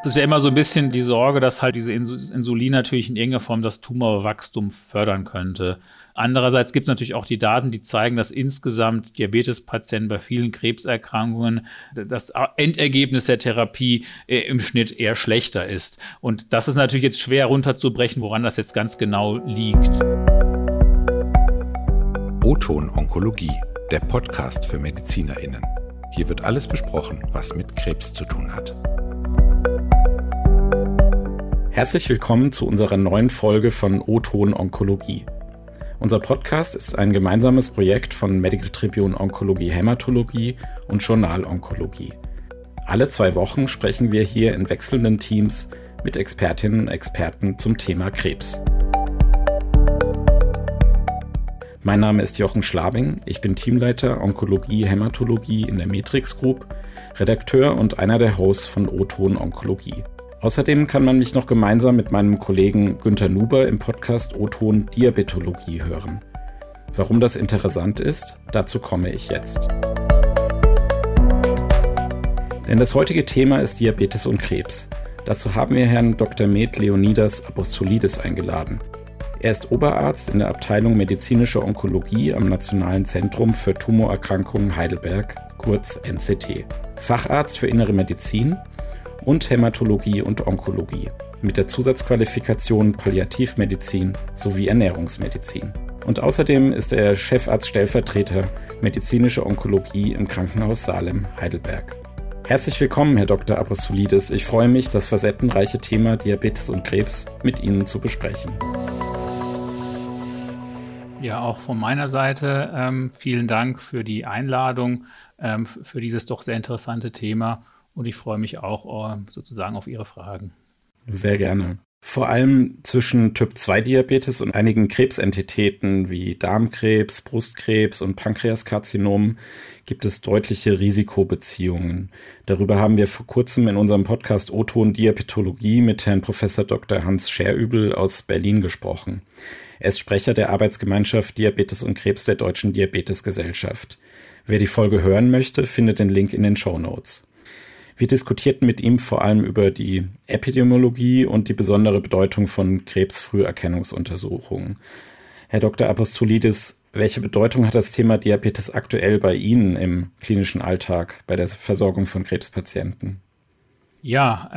Es ist ja immer so ein bisschen die Sorge, dass halt diese Insulin natürlich in irgendeiner Form das Tumorwachstum fördern könnte. Andererseits gibt es natürlich auch die Daten, die zeigen, dass insgesamt Diabetespatienten bei vielen Krebserkrankungen das Endergebnis der Therapie im Schnitt eher schlechter ist. Und das ist natürlich jetzt schwer runterzubrechen, woran das jetzt ganz genau liegt. O-Ton Onkologie, der Podcast für MedizinerInnen. Hier wird alles besprochen, was mit Krebs zu tun hat. Herzlich willkommen zu unserer neuen Folge von O-Ton Onkologie. Unser Podcast ist ein gemeinsames Projekt von Medical Tribune Onkologie Hämatologie und Journal Onkologie. Alle 2 Wochen sprechen wir hier in wechselnden Teams mit Expertinnen und Experten zum Thema Krebs. Mein Name ist Jochen Schlabing, ich bin Teamleiter Onkologie Hämatologie in der Matrix Group, Redakteur und einer der Hosts von O-Ton Onkologie. Außerdem kann man mich noch gemeinsam mit meinem Kollegen Günther Nuber im Podcast O-Ton Diabetologie hören. Warum das interessant ist, dazu komme ich jetzt. Denn das heutige Thema ist Diabetes und Krebs. Dazu haben wir Herrn Dr. Med Leonidas Apostolidis eingeladen. Er ist Oberarzt in der Abteilung Medizinische Onkologie am Nationalen Zentrum für Tumorerkrankungen Heidelberg, kurz NCT. Facharzt für Innere Medizin und Hämatologie und Onkologie mit der Zusatzqualifikation Palliativmedizin sowie Ernährungsmedizin. Und außerdem ist er Chefarzt-Stellvertreter Medizinische Onkologie im Krankenhaus Salem, Heidelberg. Herzlich willkommen, Herr Dr. Apostolidis. Ich freue mich, das facettenreiche Thema Diabetes und Krebs mit Ihnen zu besprechen. Ja, auch von meiner Seite vielen Dank für die Einladung, für dieses doch sehr interessante Thema. Und ich freue mich auch sozusagen auf Ihre Fragen. Sehr gerne. Vor allem zwischen Typ-2-Diabetes und einigen Krebsentitäten wie Darmkrebs, Brustkrebs und Pankreaskarzinom gibt es deutliche Risikobeziehungen. Darüber haben wir vor kurzem in unserem Podcast O-Ton Diabetologie mit Herrn Prof. Dr. Hans Scherübel aus Berlin gesprochen. Er ist Sprecher der Arbeitsgemeinschaft Diabetes und Krebs der Deutschen Diabetesgesellschaft. Wer die Folge hören möchte, findet den Link in den Shownotes. Wir diskutierten mit ihm vor allem über die Epidemiologie und die besondere Bedeutung von Krebsfrüherkennungsuntersuchungen. Herr Dr. Apostolidis, welche Bedeutung hat das Thema Diabetes aktuell bei Ihnen im klinischen Alltag bei der Versorgung von Krebspatienten? Ja,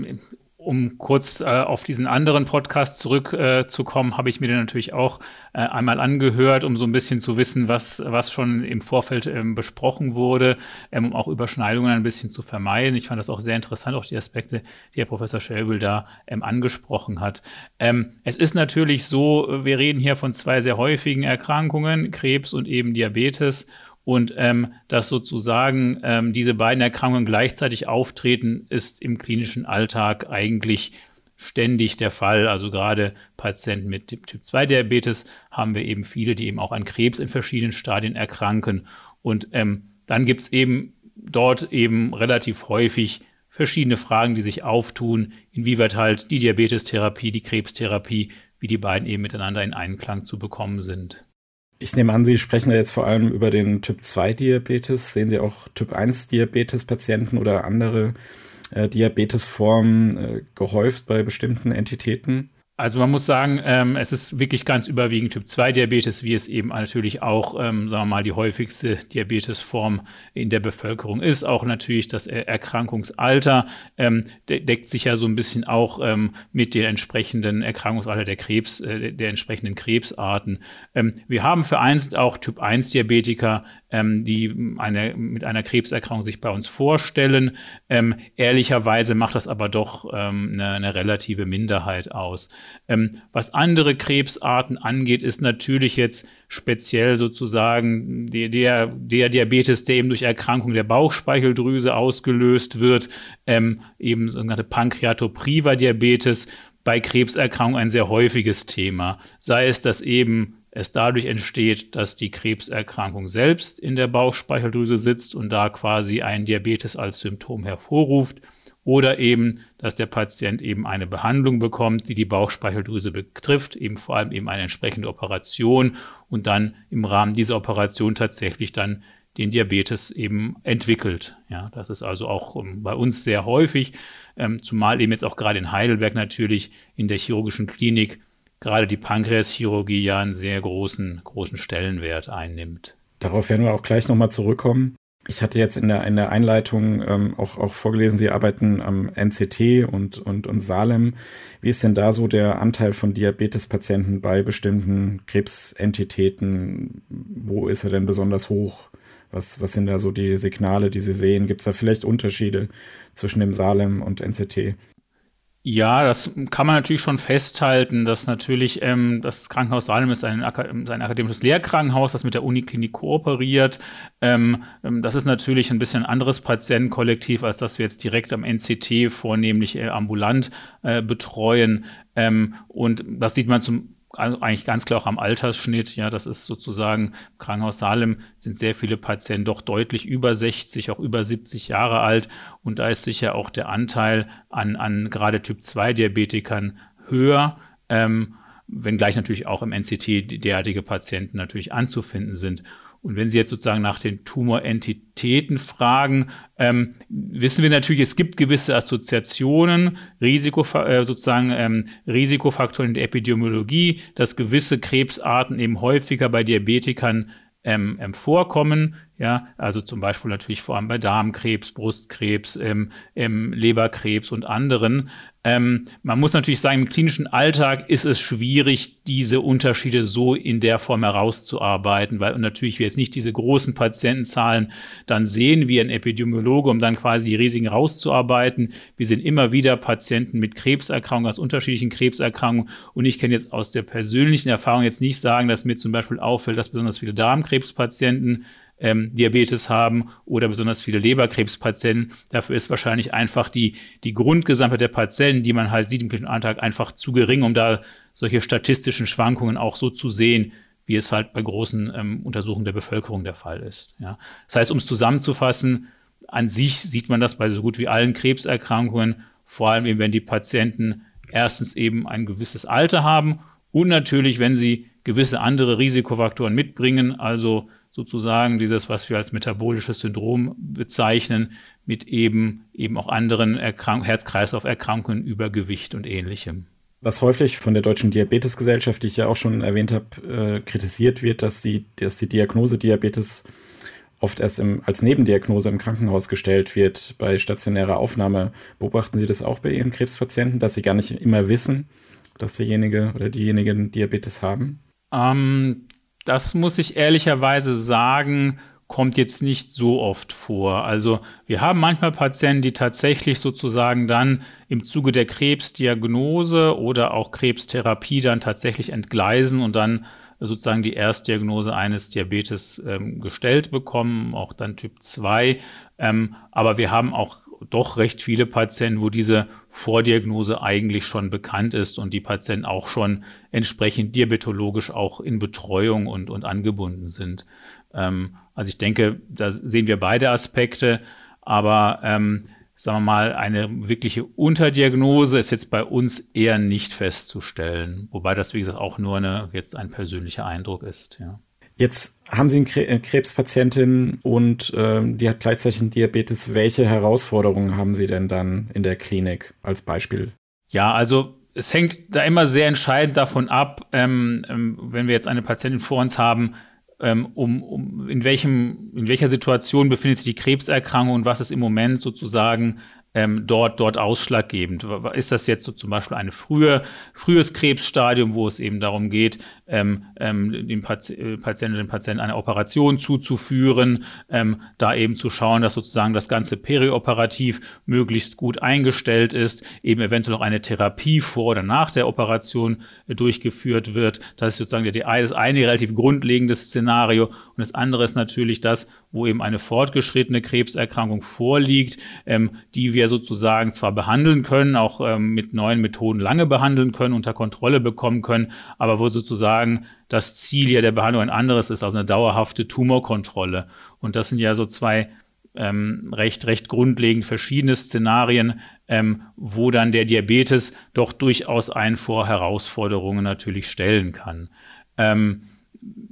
um kurz auf diesen anderen Podcast zurückzukommen, habe ich mir den natürlich auch einmal angehört, um so ein bisschen zu wissen, was schon im Vorfeld besprochen wurde, um auch Überschneidungen ein bisschen zu vermeiden. Ich fand das auch sehr interessant, auch die Aspekte, die Herr Professor Scherübel da angesprochen hat. Es ist natürlich so, wir reden hier von 2 sehr häufigen Erkrankungen, Krebs und eben Diabetes. Und dass sozusagen diese beiden Erkrankungen gleichzeitig auftreten, ist im klinischen Alltag eigentlich ständig der Fall. Also gerade Patienten mit Typ-2-Diabetes haben wir eben viele, die eben auch an Krebs in verschiedenen Stadien erkranken. Und dann gibt es eben dort eben relativ häufig verschiedene Fragen, die sich auftun, inwieweit halt die Diabetestherapie, die Krebstherapie, wie die beiden eben miteinander in Einklang zu bekommen sind. Ich nehme an, Sie sprechen da jetzt vor allem über den Typ-2-Diabetes. Sehen Sie auch Typ-1-Diabetes-Patienten oder andere Diabetesformen gehäuft bei bestimmten Entitäten? Also man muss sagen, es ist wirklich ganz überwiegend Typ-2-Diabetes, wie es eben natürlich auch, sagen wir mal, die häufigste Diabetesform in der Bevölkerung ist. Auch natürlich das Erkrankungsalter deckt sich ja so ein bisschen auch mit dem entsprechenden Erkrankungsalter der entsprechenden Krebsarten. Wir haben vereinzelt auch Typ-1-Diabetiker, die mit einer Krebserkrankung sich bei uns vorstellen. Ehrlicherweise macht das aber doch eine relative Minderheit aus. Was andere Krebsarten angeht, ist natürlich jetzt speziell sozusagen der Diabetes, der eben durch Erkrankung der Bauchspeicheldrüse ausgelöst wird, eben sogenannte Pankreatopriva-Diabetes, bei Krebserkrankungen ein sehr häufiges Thema. Sei es, dass eben es dadurch entsteht, dass die Krebserkrankung selbst in der Bauchspeicheldrüse sitzt und da quasi ein Diabetes als Symptom hervorruft, oder eben, dass der Patient eben eine Behandlung bekommt, die die Bauchspeicheldrüse betrifft, eben vor allem eben eine entsprechende Operation und dann im Rahmen dieser Operation tatsächlich dann den Diabetes eben entwickelt. Ja, das ist also auch bei uns sehr häufig, zumal eben jetzt auch gerade in Heidelberg natürlich in der chirurgischen Klinik gerade die Pankreaschirurgie ja einen sehr großen Stellenwert einnimmt. Darauf werden wir auch gleich nochmal zurückkommen. Ich hatte jetzt in der Einleitung auch vorgelesen, Sie arbeiten am NCT und Salem. Wie ist denn da so der Anteil von Diabetespatienten bei bestimmten Krebsentitäten? Wo ist er denn besonders hoch? Was sind da so die Signale, die Sie sehen? Gibt es da vielleicht Unterschiede zwischen dem Salem und NCT? Ja, das kann man natürlich schon festhalten, dass natürlich das Krankenhaus Salem ist ein akademisches Lehrkrankenhaus, das mit der Uniklinik kooperiert. Das ist natürlich ein bisschen anderes Patientenkollektiv, als das wir jetzt direkt am NCT vornehmlich ambulant betreuen. Und das sieht man also eigentlich ganz klar auch am Altersschnitt. Ja, das ist sozusagen im Krankenhaus Salem sind sehr viele Patienten doch deutlich über 60, auch über 70 Jahre alt. Und da ist sicher auch der Anteil an gerade Typ-2-Diabetikern höher, wenngleich natürlich auch im NCT derartige Patienten natürlich anzufinden sind. Und wenn Sie jetzt sozusagen nach den Tumorentitäten fragen, wissen wir natürlich, es gibt gewisse Assoziationen, Risikofaktoren in der Epidemiologie, dass gewisse Krebsarten eben häufiger bei Diabetikern vorkommen. Ja, also zum Beispiel natürlich vor allem bei Darmkrebs, Brustkrebs, Leberkrebs und anderen. Man muss natürlich sagen, im klinischen Alltag ist es schwierig, diese Unterschiede so in der Form herauszuarbeiten, weil natürlich wir jetzt nicht diese großen Patientenzahlen dann sehen wie ein Epidemiologe, um dann quasi die Risiken rauszuarbeiten. Wir sehen immer wieder Patienten mit Krebserkrankungen, aus unterschiedlichen Krebserkrankungen. Und ich kann jetzt aus der persönlichen Erfahrung jetzt nicht sagen, dass mir zum Beispiel auffällt, dass besonders viele Darmkrebspatienten Diabetes haben oder besonders viele Leberkrebspatienten. Dafür ist wahrscheinlich einfach die Grundgesamtheit der Patienten, die man halt sieht im klinischen Alltag, einfach zu gering, um da solche statistischen Schwankungen auch so zu sehen, wie es halt bei großen Untersuchungen der Bevölkerung der Fall ist. Ja. Das heißt, um es zusammenzufassen, an sich sieht man das bei so gut wie allen Krebserkrankungen, vor allem eben, wenn die Patienten erstens eben ein gewisses Alter haben und natürlich, wenn sie gewisse andere Risikofaktoren mitbringen, also sozusagen dieses, was wir als metabolisches Syndrom bezeichnen, mit eben auch anderen Herz-Kreislauf-Erkrankungen, Übergewicht und Ähnlichem. Was häufig von der Deutschen Diabetesgesellschaft, die ich ja auch schon erwähnt habe, kritisiert wird, dass die Diagnose Diabetes oft erst als Nebendiagnose im Krankenhaus gestellt wird, bei stationärer Aufnahme. Beobachten Sie das auch bei Ihren Krebspatienten, dass sie gar nicht immer wissen, dass derjenige oder diejenigen Diabetes haben? Das muss ich ehrlicherweise sagen, kommt jetzt nicht so oft vor. Also wir haben manchmal Patienten, die tatsächlich sozusagen dann im Zuge der Krebsdiagnose oder auch Krebstherapie dann tatsächlich entgleisen und dann sozusagen die Erstdiagnose eines Diabetes gestellt bekommen, auch dann Typ 2. Aber wir haben auch doch recht viele Patienten, wo diese Vordiagnose eigentlich schon bekannt ist und die Patienten auch schon entsprechend diabetologisch auch in Betreuung und angebunden sind. Also ich denke, da sehen wir beide Aspekte, aber sagen wir mal, eine wirkliche Unterdiagnose ist jetzt bei uns eher nicht festzustellen, wobei das, wie gesagt, auch nur jetzt ein persönlicher Eindruck ist, ja. Jetzt haben Sie eine Krebspatientin und die hat gleichzeitig einen Diabetes. Welche Herausforderungen haben Sie denn dann in der Klinik als Beispiel? Ja, also es hängt da immer sehr entscheidend davon ab, wenn wir jetzt eine Patientin vor uns haben, in welcher Situation befindet sich die Krebserkrankung und was ist im Moment sozusagen dort ausschlaggebend. Ist das jetzt so zum Beispiel ein frühes Krebsstadium, wo es eben darum geht, dem Patienten und dem Patienten eine Operation zuzuführen, da eben zu schauen, dass sozusagen das Ganze perioperativ möglichst gut eingestellt ist, eben eventuell noch eine Therapie vor oder nach der Operation durchgeführt wird. Das ist sozusagen das eine relativ grundlegende Szenario und das andere ist natürlich das, wo eben eine fortgeschrittene Krebserkrankung vorliegt, die wir sozusagen zwar behandeln können, auch mit neuen Methoden lange behandeln können, unter Kontrolle bekommen können, aber wo sozusagen das Ziel ja der Behandlung ein anderes ist, also eine dauerhafte Tumorkontrolle. Und das sind ja so zwei recht grundlegend verschiedene Szenarien, wo dann der Diabetes doch durchaus einen vor Herausforderungen natürlich stellen kann.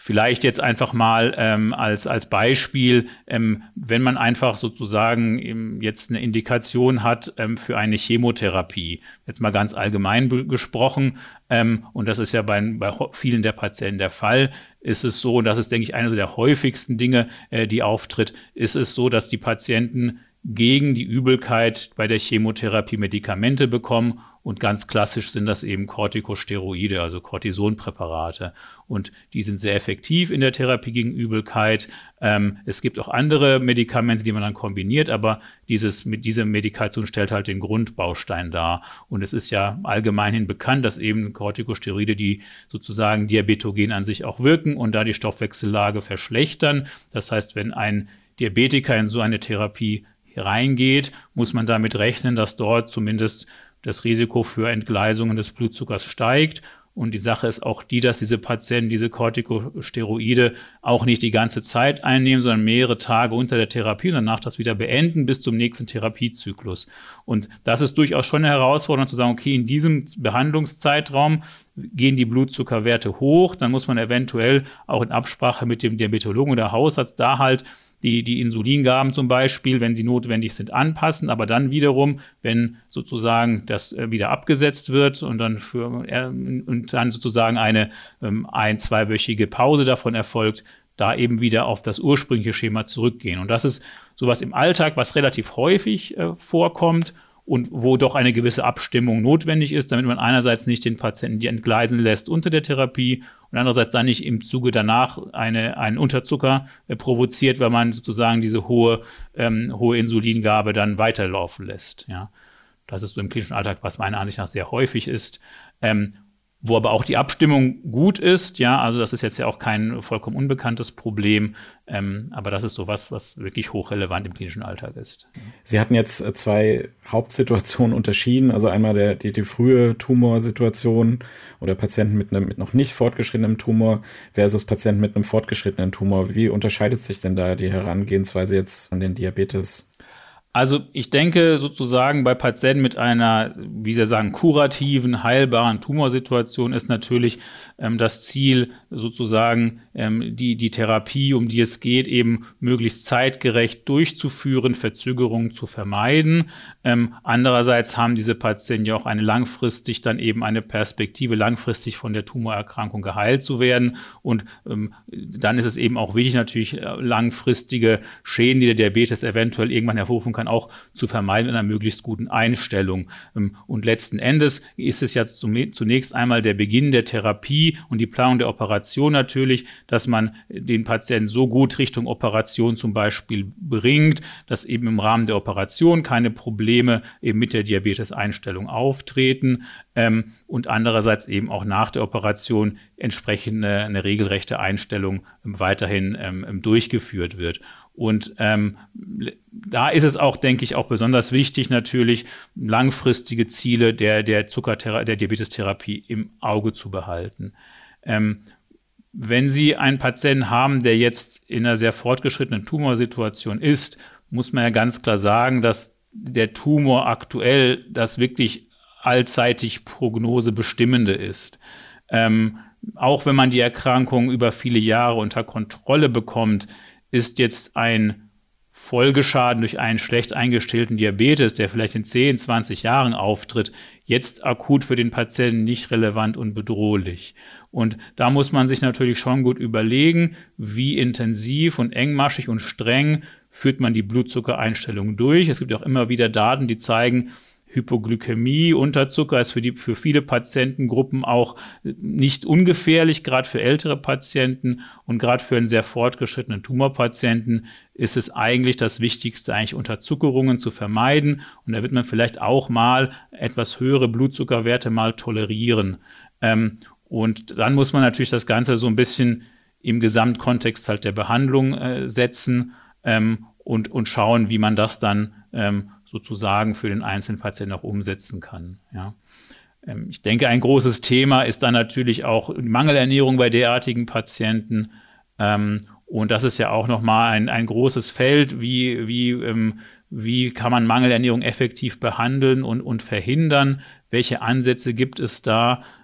Vielleicht jetzt einfach mal als Beispiel, wenn man einfach sozusagen jetzt eine Indikation hat für eine Chemotherapie, jetzt mal ganz allgemein gesprochen, und das ist ja bei vielen der Patienten der Fall, ist es so, und das ist, denke ich, eine der häufigsten Dinge, die auftritt, ist es so, dass die Patienten gegen die Übelkeit bei der Chemotherapie Medikamente bekommen. Und ganz klassisch sind das eben Corticosteroide, also Cortisonpräparate. Und die sind sehr effektiv in der Therapie gegen Übelkeit. Es gibt auch andere Medikamente, die man dann kombiniert, aber diese Medikation stellt halt den Grundbaustein dar. Und es ist ja allgemeinhin bekannt, dass eben Corticosteroide, die sozusagen diabetogen an sich auch wirken und da die Stoffwechsellage verschlechtern. Das heißt, wenn ein Diabetiker in so eine Therapie reingeht, muss man damit rechnen, dass dort zumindest das Risiko für Entgleisungen des Blutzuckers steigt. Und die Sache ist auch die, dass diese Patienten diese Corticosteroide auch nicht die ganze Zeit einnehmen, sondern mehrere Tage unter der Therapie und danach das wieder beenden bis zum nächsten Therapiezyklus. Und das ist durchaus schon eine Herausforderung zu sagen, okay, in diesem Behandlungszeitraum gehen die Blutzuckerwerte hoch, dann muss man eventuell auch in Absprache mit dem Diabetologen oder Hausarzt da halt die Insulingaben zum Beispiel, wenn sie notwendig sind, anpassen, aber dann wiederum, wenn sozusagen das wieder abgesetzt wird und dann sozusagen eine 1-2-wöchige Pause davon erfolgt, da eben wieder auf das ursprüngliche Schema zurückgehen. Und das ist sowas im Alltag, was relativ häufig vorkommt und wo doch eine gewisse Abstimmung notwendig ist, damit man einerseits nicht den Patienten die entgleisen lässt unter der Therapie und andererseits dann nicht im Zuge danach einen Unterzucker provoziert, weil man sozusagen diese hohe Insulingabe dann weiterlaufen lässt. Ja, das ist so im klinischen Alltag, was meiner Ansicht nach sehr häufig ist. Wo aber auch die Abstimmung gut ist, ja, also das ist jetzt ja auch kein vollkommen unbekanntes Problem, aber das ist sowas, was wirklich hochrelevant im klinischen Alltag ist. Sie hatten jetzt 2 Hauptsituationen unterschieden, also einmal die frühe Tumorsituation oder Patienten mit noch nicht fortgeschrittenem Tumor versus Patienten mit einem fortgeschrittenen Tumor. Wie unterscheidet sich denn da die Herangehensweise jetzt an den Diabetes? Also ich denke sozusagen bei Patienten mit einer, wie Sie sagen, kurativen, heilbaren Tumorsituation ist natürlich das Ziel sozusagen die Therapie, um die es geht, eben möglichst zeitgerecht durchzuführen, Verzögerungen zu vermeiden. Andererseits haben diese Patienten ja auch langfristig dann eben eine Perspektive, langfristig von der Tumorerkrankung geheilt zu werden. Und dann ist es eben auch wichtig, natürlich langfristige Schäden, die der Diabetes eventuell irgendwann hervorrufen kann, auch zu vermeiden in einer möglichst guten Einstellung. Und letzten Endes ist es ja zunächst einmal der Beginn der Therapie und die Planung der Operation natürlich, dass man den Patienten so gut Richtung Operation zum Beispiel bringt, dass eben im Rahmen der Operation keine Probleme eben mit der Diabeteseinstellung auftreten und andererseits eben auch nach der Operation entsprechend eine regelrechte Einstellung weiterhin durchgeführt wird. Und da ist es auch, denke ich, auch besonders wichtig, natürlich langfristige Ziele der Diabetestherapie im Auge zu behalten. Wenn Sie einen Patienten haben, der jetzt in einer sehr fortgeschrittenen Tumorsituation ist, muss man ja ganz klar sagen, dass der Tumor aktuell das wirklich allzeitig prognosebestimmende ist. Auch wenn man die Erkrankung über viele Jahre unter Kontrolle bekommt, ist jetzt ein Folgeschaden durch einen schlecht eingestellten Diabetes, der vielleicht in 10, 20 Jahren auftritt, jetzt akut für den Patienten nicht relevant und bedrohlich. Und da muss man sich natürlich schon gut überlegen, wie intensiv und engmaschig und streng führt man die Blutzuckereinstellung durch. Es gibt auch immer wieder Daten, die zeigen, Hypoglykämie, Unterzucker ist für viele Patientengruppen auch nicht ungefährlich, gerade für ältere Patienten und gerade für einen sehr fortgeschrittenen Tumorpatienten ist es eigentlich das Wichtigste, eigentlich Unterzuckerungen zu vermeiden und da wird man vielleicht auch mal etwas höhere Blutzuckerwerte mal tolerieren. Und dann muss man natürlich das Ganze so ein bisschen im Gesamtkontext halt der Behandlung setzen und schauen, wie man das dann sozusagen für den einzelnen Patienten auch umsetzen kann. Ja. Ich denke, ein großes Thema ist dann natürlich auch die Mangelernährung bei derartigen Patienten. Und das ist ja auch nochmal ein großes Feld, wie kann man Mangelernährung effektiv behandeln und verhindern? Welche Ansätze gibt es da?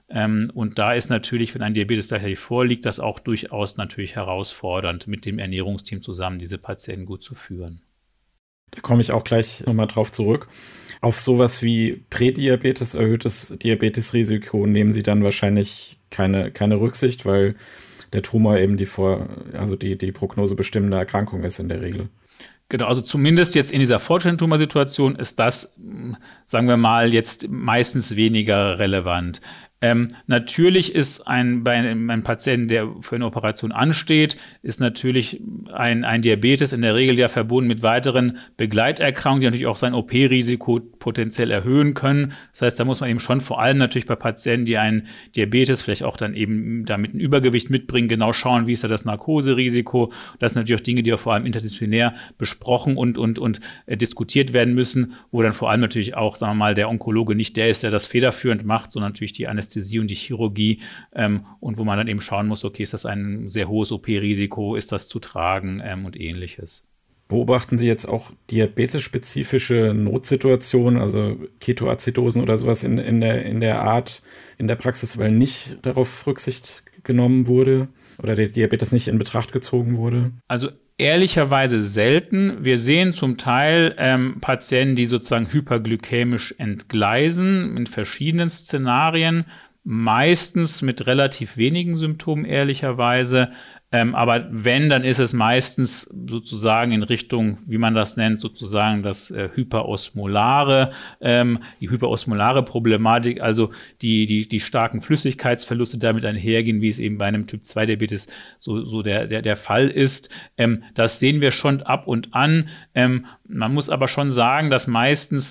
Und da ist natürlich, wenn ein Diabetes gleichzeitig vorliegt, das auch durchaus natürlich herausfordernd, mit dem Ernährungsteam zusammen diese Patienten gut zu führen. Da komme ich auch gleich nochmal drauf zurück. Auf sowas wie Prädiabetes, erhöhtes Diabetesrisiko nehmen Sie dann wahrscheinlich keine Rücksicht, weil der Tumor eben die Prognose bestimmende Erkrankung ist in der Regel. Genau, also zumindest jetzt in dieser fortschrittlichen Tumorsituation ist das, sagen wir mal, jetzt meistens weniger relevant. Natürlich ist bei einem Patienten, der für eine Operation ansteht, ist natürlich ein Diabetes in der Regel ja verbunden mit weiteren Begleiterkrankungen, die natürlich auch sein OP-Risiko potenziell erhöhen können. Das heißt, da muss man eben schon vor allem natürlich bei Patienten, die einen Diabetes vielleicht auch dann eben damit ein Übergewicht mitbringen, genau schauen, wie ist da das Narkoserisiko. Das sind natürlich auch Dinge, die auch vor allem interdisziplinär besprochen und diskutiert werden müssen, wo dann vor allem natürlich auch, sagen wir mal, der Onkologe nicht der ist, der das federführend macht, sondern natürlich die Anästhesie und die Chirurgie und wo man dann eben schauen muss, okay, ist das ein sehr hohes OP-Risiko, ist das zu tragen und ähnliches. Beobachten Sie jetzt auch diabetesspezifische Notsituationen, also Ketoazidosen oder sowas in der Art in der Praxis, weil nicht darauf Rücksicht genommen wurde oder der Diabetes nicht in Betracht gezogen wurde? Also ehrlicherweise selten. Wir sehen zum Teil Patienten, die sozusagen hyperglykämisch entgleisen in verschiedenen Szenarien, meistens mit relativ wenigen Symptomen ehrlicherweise. Aber wenn, dann ist es meistens sozusagen in Richtung, wie man das nennt, sozusagen das hyperosmolare, die hyperosmolare Problematik, also die starken Flüssigkeitsverluste damit einhergehen, wie es eben bei einem Typ-2-Diabetes so der Fall ist. Das sehen wir schon ab und an. Man muss aber schon sagen, dass meistens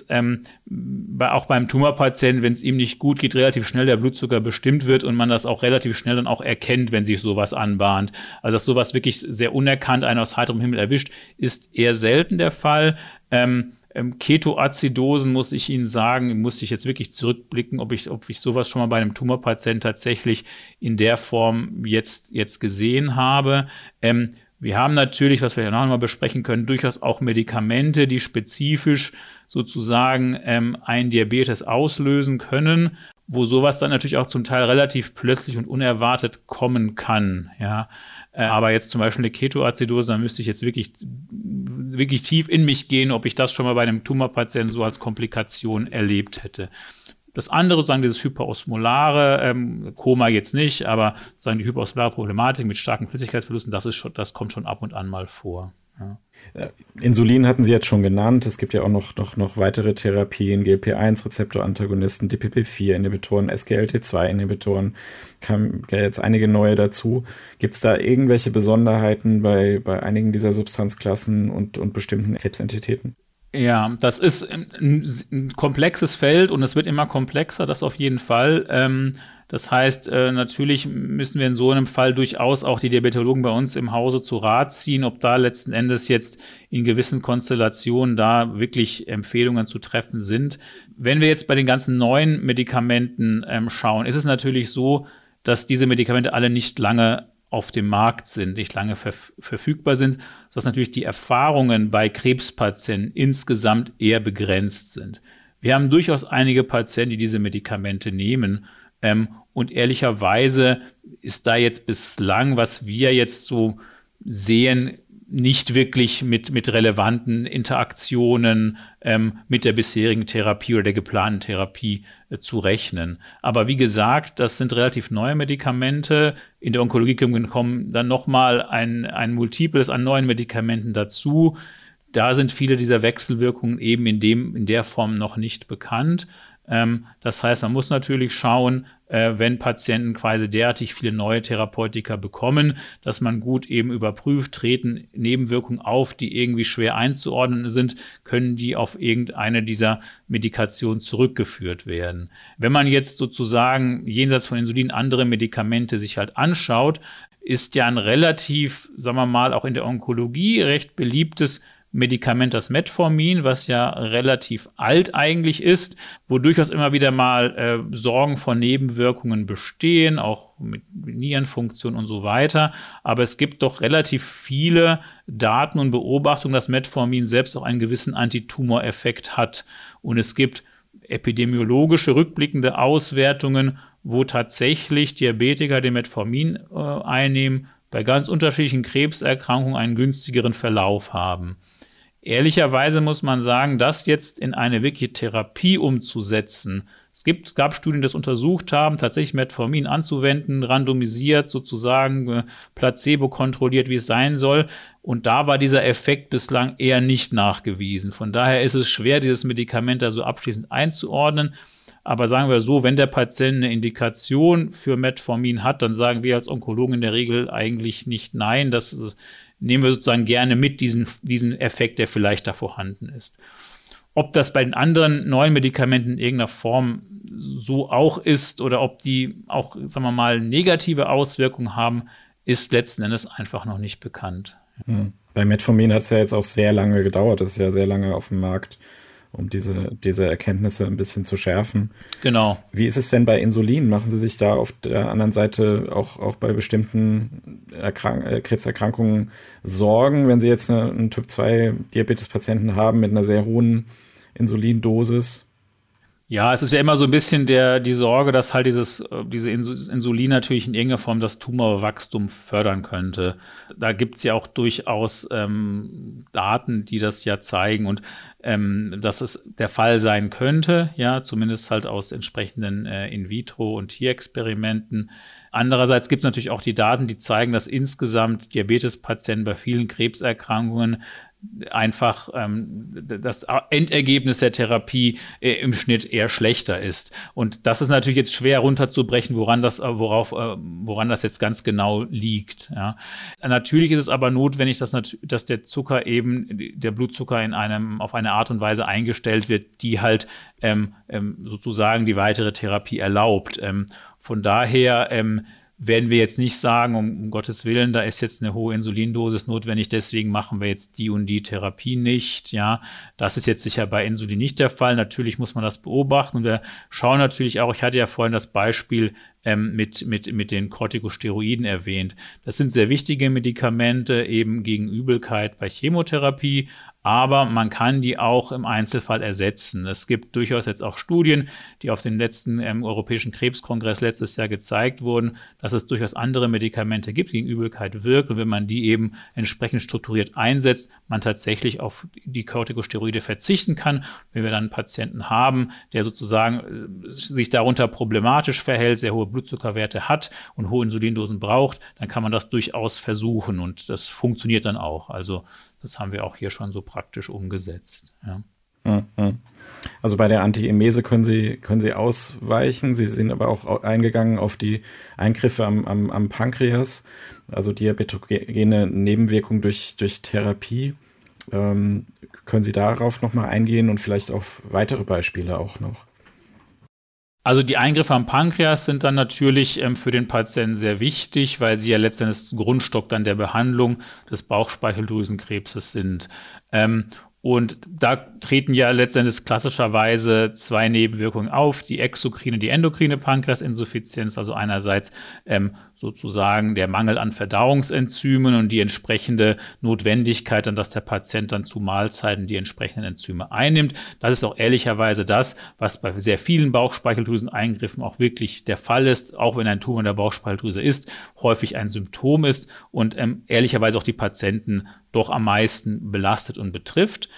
auch beim Tumorpatienten, wenn es ihm nicht gut geht, relativ schnell der Blutzucker bestimmt wird und man das auch relativ schnell dann auch erkennt, wenn sich sowas anbahnt. Also dass sowas wirklich sehr unerkannt einen aus heiterem Himmel erwischt, ist eher selten der Fall. Ketoazidosen, muss ich Ihnen sagen, muss ich jetzt wirklich zurückblicken, ob ich sowas schon mal bei einem Tumorpatienten tatsächlich in der Form jetzt gesehen habe. Wir haben natürlich, was wir ja noch einmal besprechen können, durchaus auch Medikamente, die spezifisch sozusagen einen Diabetes auslösen können, wo sowas dann natürlich auch zum Teil relativ plötzlich und unerwartet kommen kann. Ja, aber jetzt zum Beispiel eine Ketoazidose, da müsste ich jetzt wirklich tief in mich gehen, ob ich das schon mal bei einem Tumorpatienten so als Komplikation erlebt hätte. Das andere, sozusagen dieses hyperosmolare, Koma jetzt nicht, aber sozusagen die hyperosmolare Problematik mit starken Flüssigkeitsverlusten, das kommt schon ab und an mal vor. Ja. Insulin hatten Sie jetzt schon genannt. Es gibt ja auch noch weitere Therapien, GLP-1-Rezeptorantagonisten, DPP-4-Inhibitoren, SGLT2-Inhibitoren, kamen ja jetzt einige neue dazu. Gibt es da irgendwelche Besonderheiten bei einigen dieser Substanzklassen und bestimmten Krebsentitäten? Ja, das ist ein komplexes Feld und es wird immer komplexer, das auf jeden Fall. Das heißt, natürlich müssen wir in so einem Fall durchaus auch die Diabetologen bei uns im Hause zu Rat ziehen, ob da letzten Endes jetzt in gewissen Konstellationen da wirklich Empfehlungen zu treffen sind. Wenn wir jetzt bei den ganzen neuen Medikamenten schauen, ist es natürlich so, dass diese Medikamente alle nicht lange auf dem Markt sind, nicht lange verfügbar sind, sodass natürlich die Erfahrungen bei Krebspatienten insgesamt eher begrenzt sind. Wir haben durchaus einige Patienten, die diese Medikamente nehmen, und ehrlicherweise ist da jetzt bislang, was wir jetzt so sehen, nicht wirklich mit relevanten Interaktionen mit der bisherigen Therapie oder der geplanten Therapie zu rechnen. Aber wie gesagt, das sind relativ neue Medikamente. In der Onkologie kommen dann nochmal ein Multiples an neuen Medikamenten dazu. Da sind viele dieser Wechselwirkungen eben in der Form noch nicht bekannt. Das heißt, man muss natürlich schauen, wenn Patienten quasi derartig viele neue Therapeutika bekommen, dass man gut eben überprüft, treten Nebenwirkungen auf, die irgendwie schwer einzuordnen sind, können die auf irgendeine dieser Medikationen zurückgeführt werden. Wenn man jetzt sozusagen jenseits von Insulin andere Medikamente sich halt anschaut, ist ja ein relativ, sagen wir mal, auch in der Onkologie recht beliebtes Medikament, das Metformin, was ja relativ alt eigentlich ist, wo durchaus immer wieder mal Sorgen vor Nebenwirkungen bestehen, auch mit Nierenfunktion und so weiter. Aber es gibt doch relativ viele Daten und Beobachtungen, dass Metformin selbst auch einen gewissen Antitumoreffekt hat. Und es gibt epidemiologische rückblickende Auswertungen, wo tatsächlich Diabetiker, die Metformin einnehmen, bei ganz unterschiedlichen Krebserkrankungen einen günstigeren Verlauf haben. Ehrlicherweise muss man sagen, das jetzt in eine wirkliche Therapie umzusetzen. Es gab Studien, die das untersucht haben, tatsächlich Metformin anzuwenden, randomisiert sozusagen, placebo kontrolliert, wie es sein soll. Und da war dieser Effekt bislang eher nicht nachgewiesen. Von daher ist es schwer, dieses Medikament da so abschließend einzuordnen. Aber sagen wir so, wenn der Patient eine Indikation für Metformin hat, dann sagen wir als Onkologen in der Regel eigentlich nicht nein. Das nehmen wir sozusagen gerne mit, diesen Effekt, der vielleicht da vorhanden ist. Ob das bei den anderen neuen Medikamenten in irgendeiner Form so auch ist oder ob die auch, sagen wir mal, negative Auswirkungen haben, ist letzten Endes einfach noch nicht bekannt. Bei Metformin hat es ja jetzt auch sehr lange gedauert. Das ist ja sehr lange auf dem Markt, um diese Erkenntnisse ein bisschen zu schärfen. Genau. Wie ist es denn bei Insulin? Machen Sie sich da auf der anderen Seite auch bei bestimmten Krebserkrankungen Sorgen, wenn Sie jetzt einen Typ-2-Diabetes-Patienten haben mit einer sehr hohen Insulindosis? Ja, es ist ja immer so ein bisschen die Sorge, dass halt diese Insulin natürlich in irgendeiner Form das Tumorwachstum fördern könnte. Da gibt's ja auch durchaus Daten, die das ja zeigen und dass es der Fall sein könnte, ja, zumindest halt aus entsprechenden In-vitro- und Tierexperimenten. Andererseits gibt es natürlich auch die Daten, die zeigen, dass insgesamt Diabetespatienten bei vielen Krebserkrankungen einfach das Endergebnis der Therapie im Schnitt eher schlechter ist. Und das ist natürlich jetzt schwer runterzubrechen, woran das jetzt ganz genau liegt. Ja. Natürlich ist es aber notwendig, dass der Zucker der Blutzucker auf eine Art und Weise eingestellt wird, die halt sozusagen die weitere Therapie erlaubt. Von daher werden wir jetzt nicht sagen, um Gottes Willen, da ist jetzt eine hohe Insulindosis notwendig, deswegen machen wir jetzt die und die Therapie nicht. Ja, das ist jetzt sicher bei Insulin nicht der Fall. Natürlich muss man das beobachten und wir schauen natürlich auch, ich hatte ja vorhin das Beispiel mit den Corticosteroiden erwähnt. Das sind sehr wichtige Medikamente eben gegen Übelkeit bei Chemotherapie, aber man kann die auch im Einzelfall ersetzen. Es gibt durchaus jetzt auch Studien, die auf dem letzten Europäischen Krebskongress letztes Jahr gezeigt wurden, dass es durchaus andere Medikamente gibt, die gegen Übelkeit wirken. Und wenn man die eben entsprechend strukturiert einsetzt, man tatsächlich auf die Corticosteroide verzichten kann. Wenn wir dann einen Patienten haben, der sozusagen sich darunter problematisch verhält, sehr hohe Blutzuckerwerte hat und hohe Insulindosen braucht, dann kann man das durchaus versuchen und das funktioniert dann auch. Also das haben wir auch hier schon so praktisch umgesetzt. Ja. Also bei der Antiemese können Sie ausweichen. Sie sind aber auch eingegangen auf die Eingriffe am Pankreas, also diabetogene Nebenwirkungen durch Therapie. Können Sie darauf nochmal eingehen und vielleicht auf weitere Beispiele auch noch? Also die Eingriffe am Pankreas sind dann natürlich für den Patienten sehr wichtig, weil sie ja letztendlich Grundstock dann der Behandlung des Bauchspeicheldrüsenkrebses sind. Und da treten ja letztendlich klassischerweise zwei Nebenwirkungen auf, die exokrine, die endokrine Pankreasinsuffizienz, also einerseits sozusagen der Mangel an Verdauungsenzymen und die entsprechende Notwendigkeit dann, dass der Patient dann zu Mahlzeiten die entsprechenden Enzyme einnimmt. Das ist auch ehrlicherweise das, was bei sehr vielen Bauchspeicheldrüseneingriffen auch wirklich der Fall ist, auch wenn ein Tumor in der Bauchspeicheldrüse ist, häufig ein Symptom ist und ehrlicherweise auch die Patienten doch am meisten belastet und betrifft.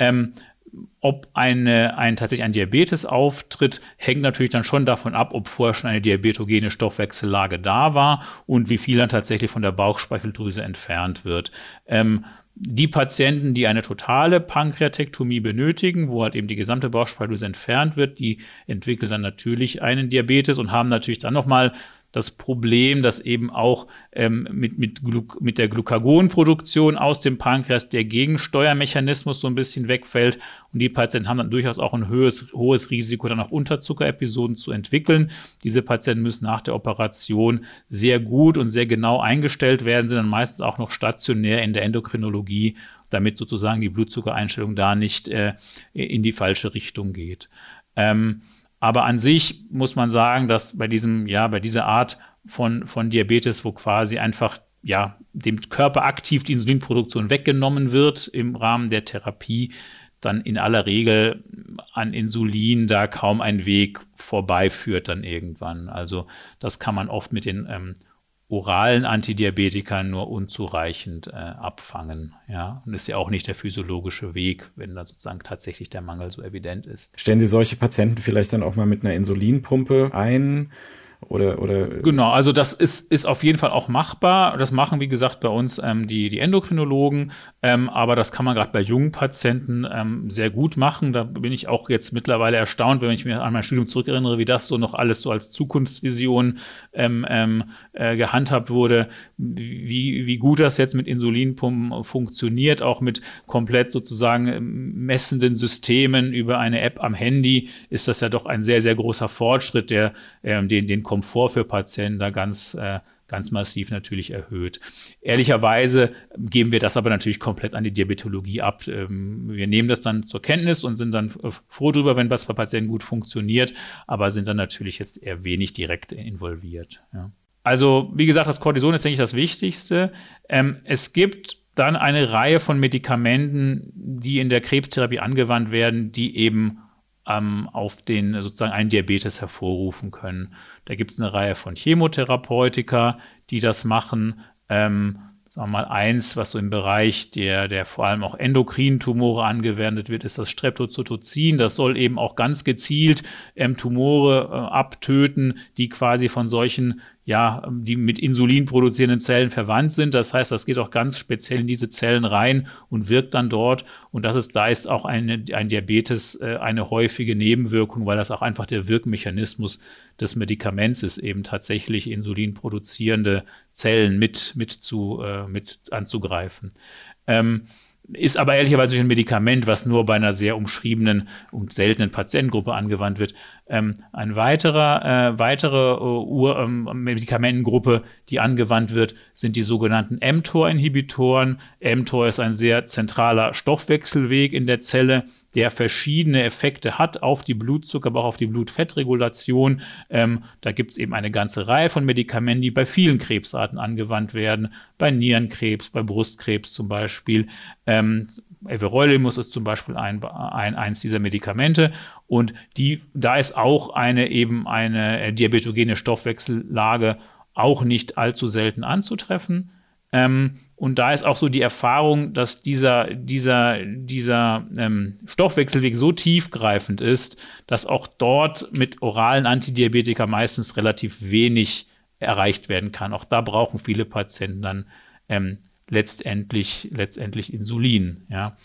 Ob tatsächlich ein Diabetes auftritt, hängt natürlich dann schon davon ab, ob vorher schon eine diabetogene Stoffwechsellage da war und wie viel dann tatsächlich von der Bauchspeicheldrüse entfernt wird. Die Patienten, die eine totale Pankreatektomie benötigen, wo halt eben die gesamte Bauchspeicheldrüse entfernt wird, die entwickeln dann natürlich einen Diabetes und haben natürlich dann nochmal das Problem, dass eben auch mit der Glucagonproduktion aus dem Pankreas der Gegensteuermechanismus so ein bisschen wegfällt und die Patienten haben dann durchaus auch ein hohes Risiko, dann auch Unterzuckerepisoden zu entwickeln. Diese Patienten müssen nach der Operation sehr gut und sehr genau eingestellt werden, sind dann meistens auch noch stationär in der Endokrinologie, damit sozusagen die Blutzuckereinstellung da nicht in die falsche Richtung geht. Aber an sich muss man sagen, dass bei dieser Art von Diabetes, wo quasi einfach dem Körper aktiv die Insulinproduktion weggenommen wird im Rahmen der Therapie, dann in aller Regel an Insulin da kaum ein Weg vorbeiführt dann irgendwann. Also das kann man oft mit den oralen Antidiabetikern nur unzureichend abfangen. Ja? Und ist ja auch nicht der physiologische Weg, wenn da sozusagen tatsächlich der Mangel so evident ist. Stellen Sie solche Patienten vielleicht dann auch mal mit einer Insulinpumpe ein? Oder Genau, also das ist auf jeden Fall auch machbar. Das machen, wie gesagt, bei uns die Endokrinologen, aber das kann man gerade bei jungen Patienten sehr gut machen. Da bin ich auch jetzt mittlerweile erstaunt, wenn ich mir an mein Studium zurückerinnere, wie das so noch alles so als Zukunftsvision gehandhabt wurde, wie gut das jetzt mit Insulinpumpen funktioniert, auch mit komplett sozusagen messenden Systemen über eine App am Handy, ist das ja doch ein sehr, sehr großer Fortschritt, der den Komfort für Patienten da ganz massiv natürlich erhöht. Ehrlicherweise geben wir das aber natürlich komplett an die Diabetologie ab. Wir nehmen das dann zur Kenntnis und sind dann froh drüber, wenn was bei Patienten gut funktioniert, aber sind dann natürlich jetzt eher wenig direkt involviert. Ja. Also, wie gesagt, das Cortison ist, denke ich, das Wichtigste. Es gibt dann eine Reihe von Medikamenten, die in der Krebstherapie angewandt werden, die eben auf den sozusagen einen Diabetes hervorrufen können. Da gibt es eine Reihe von Chemotherapeutika, die das machen. Sagen wir mal eins, was so im Bereich der vor allem auch Endokrintumore angewendet wird, ist das Streptozotocin. Das soll eben auch ganz gezielt Tumore abtöten, die quasi von solchen, die mit Insulin produzierenden Zellen verwandt sind. Das heißt, das geht auch ganz speziell in diese Zellen rein und wirkt dann dort. Und da ist auch ein Diabetes eine häufige Nebenwirkung, weil das auch einfach der Wirkmechanismus des Medikaments ist, eben tatsächlich insulinproduzierende Zellen mit anzugreifen. Ist aber ehrlicherweise ein Medikament, was nur bei einer sehr umschriebenen und seltenen Patientengruppe angewandt wird. Eine weitere Medikamentengruppe, die angewandt wird, sind die sogenannten mTOR-Inhibitoren. mTOR ist ein sehr zentraler Stoffwechselweg in der Zelle, der verschiedene Effekte hat auf die Blutzucker, aber auch auf die Blutfettregulation. Da gibt es eben eine ganze Reihe von Medikamenten, die bei vielen Krebsarten angewandt werden, bei Nierenkrebs, bei Brustkrebs zum Beispiel. Everolimus ist zum Beispiel eins dieser Medikamente und da ist auch eine diabetogene Stoffwechsellage auch nicht allzu selten anzutreffen. Und da ist auch so die Erfahrung, dass dieser Stoffwechselweg so tiefgreifend ist, dass auch dort mit oralen Antidiabetika meistens relativ wenig erreicht werden kann. Auch da brauchen viele Patienten dann letztendlich Insulin. Ja.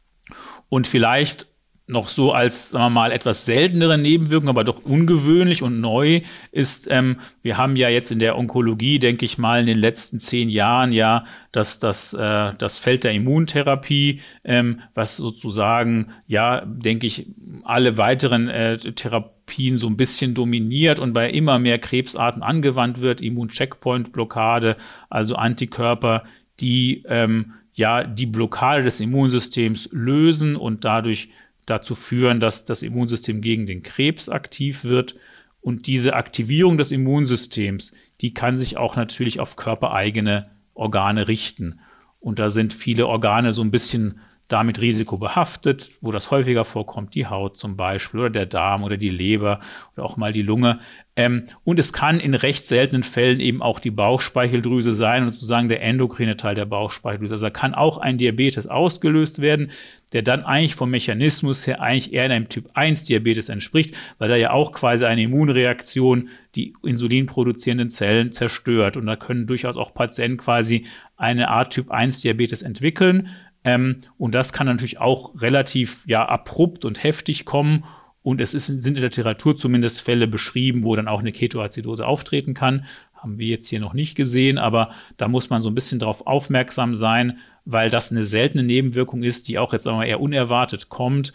Und vielleicht noch so als, sagen wir mal, etwas seltenere Nebenwirkung, aber doch ungewöhnlich und neu ist, wir haben ja jetzt in der Onkologie, denke ich mal, in den letzten 10 Jahren das Feld der Immuntherapie, was sozusagen, denke ich, alle weiteren Therapien so ein bisschen dominiert und bei immer mehr Krebsarten angewandt wird, Immun-Checkpoint-Blockade, also Antikörper, die die Blockade des Immunsystems lösen und dadurch dazu führen, dass das Immunsystem gegen den Krebs aktiv wird. Und diese Aktivierung des Immunsystems, die kann sich auch natürlich auf körpereigene Organe richten. Und da sind viele Organe so ein bisschen damit risikobehaftet, wo das häufiger vorkommt, die Haut zum Beispiel oder der Darm oder die Leber oder auch mal die Lunge. Und es kann in recht seltenen Fällen eben auch die Bauchspeicheldrüse sein und sozusagen der endokrine Teil der Bauchspeicheldrüse. Also da kann auch ein Diabetes ausgelöst werden, der dann eigentlich vom Mechanismus her eigentlich eher in einem Typ-1-Diabetes entspricht, weil da ja auch quasi eine Immunreaktion die insulinproduzierenden Zellen zerstört. Und da können durchaus auch Patienten quasi eine Art Typ-1-Diabetes entwickeln. Und das kann natürlich auch relativ abrupt und heftig kommen. Und sind in der Literatur zumindest Fälle beschrieben, wo dann auch eine Ketoazidose auftreten kann. Haben wir jetzt hier noch nicht gesehen, aber da muss man so ein bisschen darauf aufmerksam sein, weil das eine seltene Nebenwirkung ist, die auch jetzt sagen wir mal, eher unerwartet kommt.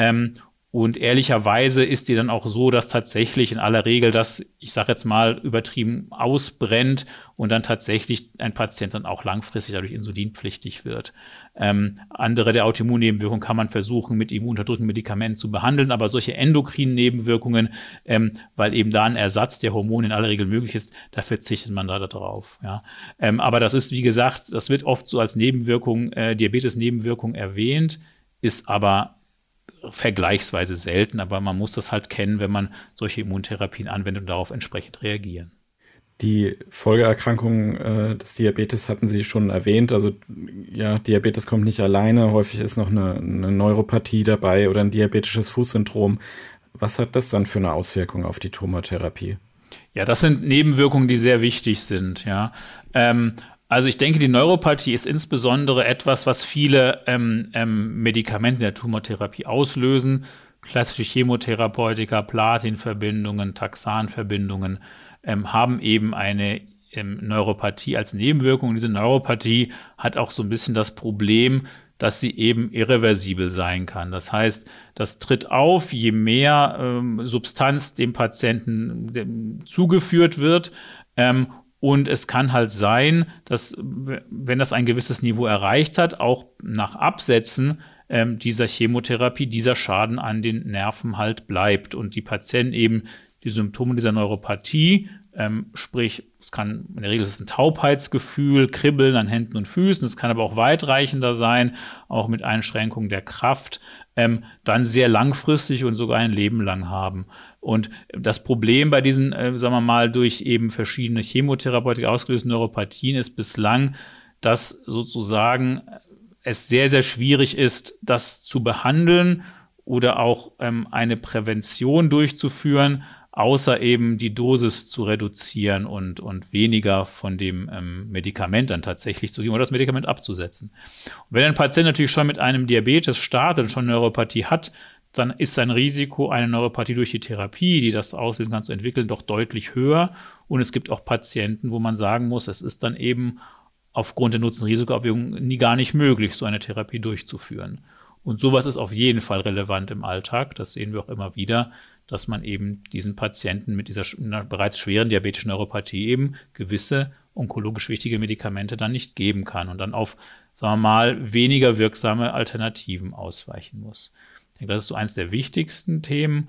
Und ehrlicherweise ist die dann auch so, dass tatsächlich in aller Regel das, ich sage jetzt mal, übertrieben ausbrennt und dann tatsächlich ein Patient dann auch langfristig dadurch insulinpflichtig wird. Andere der Autoimmunnebenwirkungen kann man versuchen, mit immununterdrückenden Medikamenten zu behandeln, aber solche endokrinen Nebenwirkungen, weil eben da ein Ersatz der Hormone in aller Regel möglich ist, da verzichtet man da drauf. Ja. Aber das ist, wie gesagt, das wird oft so als Nebenwirkung, Diabetes-Nebenwirkung erwähnt, ist aber vergleichsweise selten, aber man muss das halt kennen, wenn man solche Immuntherapien anwendet und darauf entsprechend reagieren. Die Folgeerkrankungen des Diabetes hatten Sie schon erwähnt. Also ja, Diabetes kommt nicht alleine. Häufig ist noch eine Neuropathie dabei oder ein diabetisches Fußsyndrom. Was hat das dann für eine Auswirkung auf die Tumortherapie? Ja, das sind Nebenwirkungen, die sehr wichtig sind. Ja, also ich denke, die Neuropathie ist insbesondere etwas, was viele Medikamente in der Tumortherapie auslösen. Klassische Chemotherapeutika, Platinverbindungen, Taxanverbindungen haben eben eine Neuropathie als Nebenwirkung. Und diese Neuropathie hat auch so ein bisschen das Problem, dass sie eben irreversibel sein kann. Das heißt, das tritt auf, je mehr Substanz dem Patienten zugeführt wird. Und es kann halt sein, dass, wenn das ein gewisses Niveau erreicht hat, auch nach Absetzen dieser Chemotherapie, dieser Schaden an den Nerven halt bleibt und die Patienten eben die Symptome dieser Neuropathie, sprich, es kann, in der Regel ist es ein Taubheitsgefühl, Kribbeln an Händen und Füßen, es kann aber auch weitreichender sein, auch mit Einschränkung der Kraft, dann sehr langfristig und sogar ein Leben lang haben. Und das Problem bei diesen, sagen wir mal, durch eben verschiedene Chemotherapeutika ausgelösten Neuropathien ist bislang, dass sozusagen es sehr, sehr schwierig ist, das zu behandeln oder auch eine Prävention durchzuführen, außer eben die Dosis zu reduzieren und weniger von dem Medikament dann tatsächlich zu geben oder das Medikament abzusetzen. Und wenn ein Patient natürlich schon mit einem Diabetes startet und schon Neuropathie hat, dann ist sein Risiko, eine Neuropathie durch die Therapie, die das auslösen kann, zu entwickeln, doch deutlich höher. Und es gibt auch Patienten, wo man sagen muss, es ist dann eben aufgrund der Nutzen-Risiko-Abwägung gar nicht möglich, so eine Therapie durchzuführen. Und sowas ist auf jeden Fall relevant im Alltag. Das sehen wir auch immer wieder, dass man eben diesen Patienten mit dieser bereits schweren diabetischen Neuropathie eben gewisse onkologisch wichtige Medikamente dann nicht geben kann und dann auf, sagen wir mal, weniger wirksame Alternativen ausweichen muss. Ich denke, das ist so eins der wichtigsten Themen.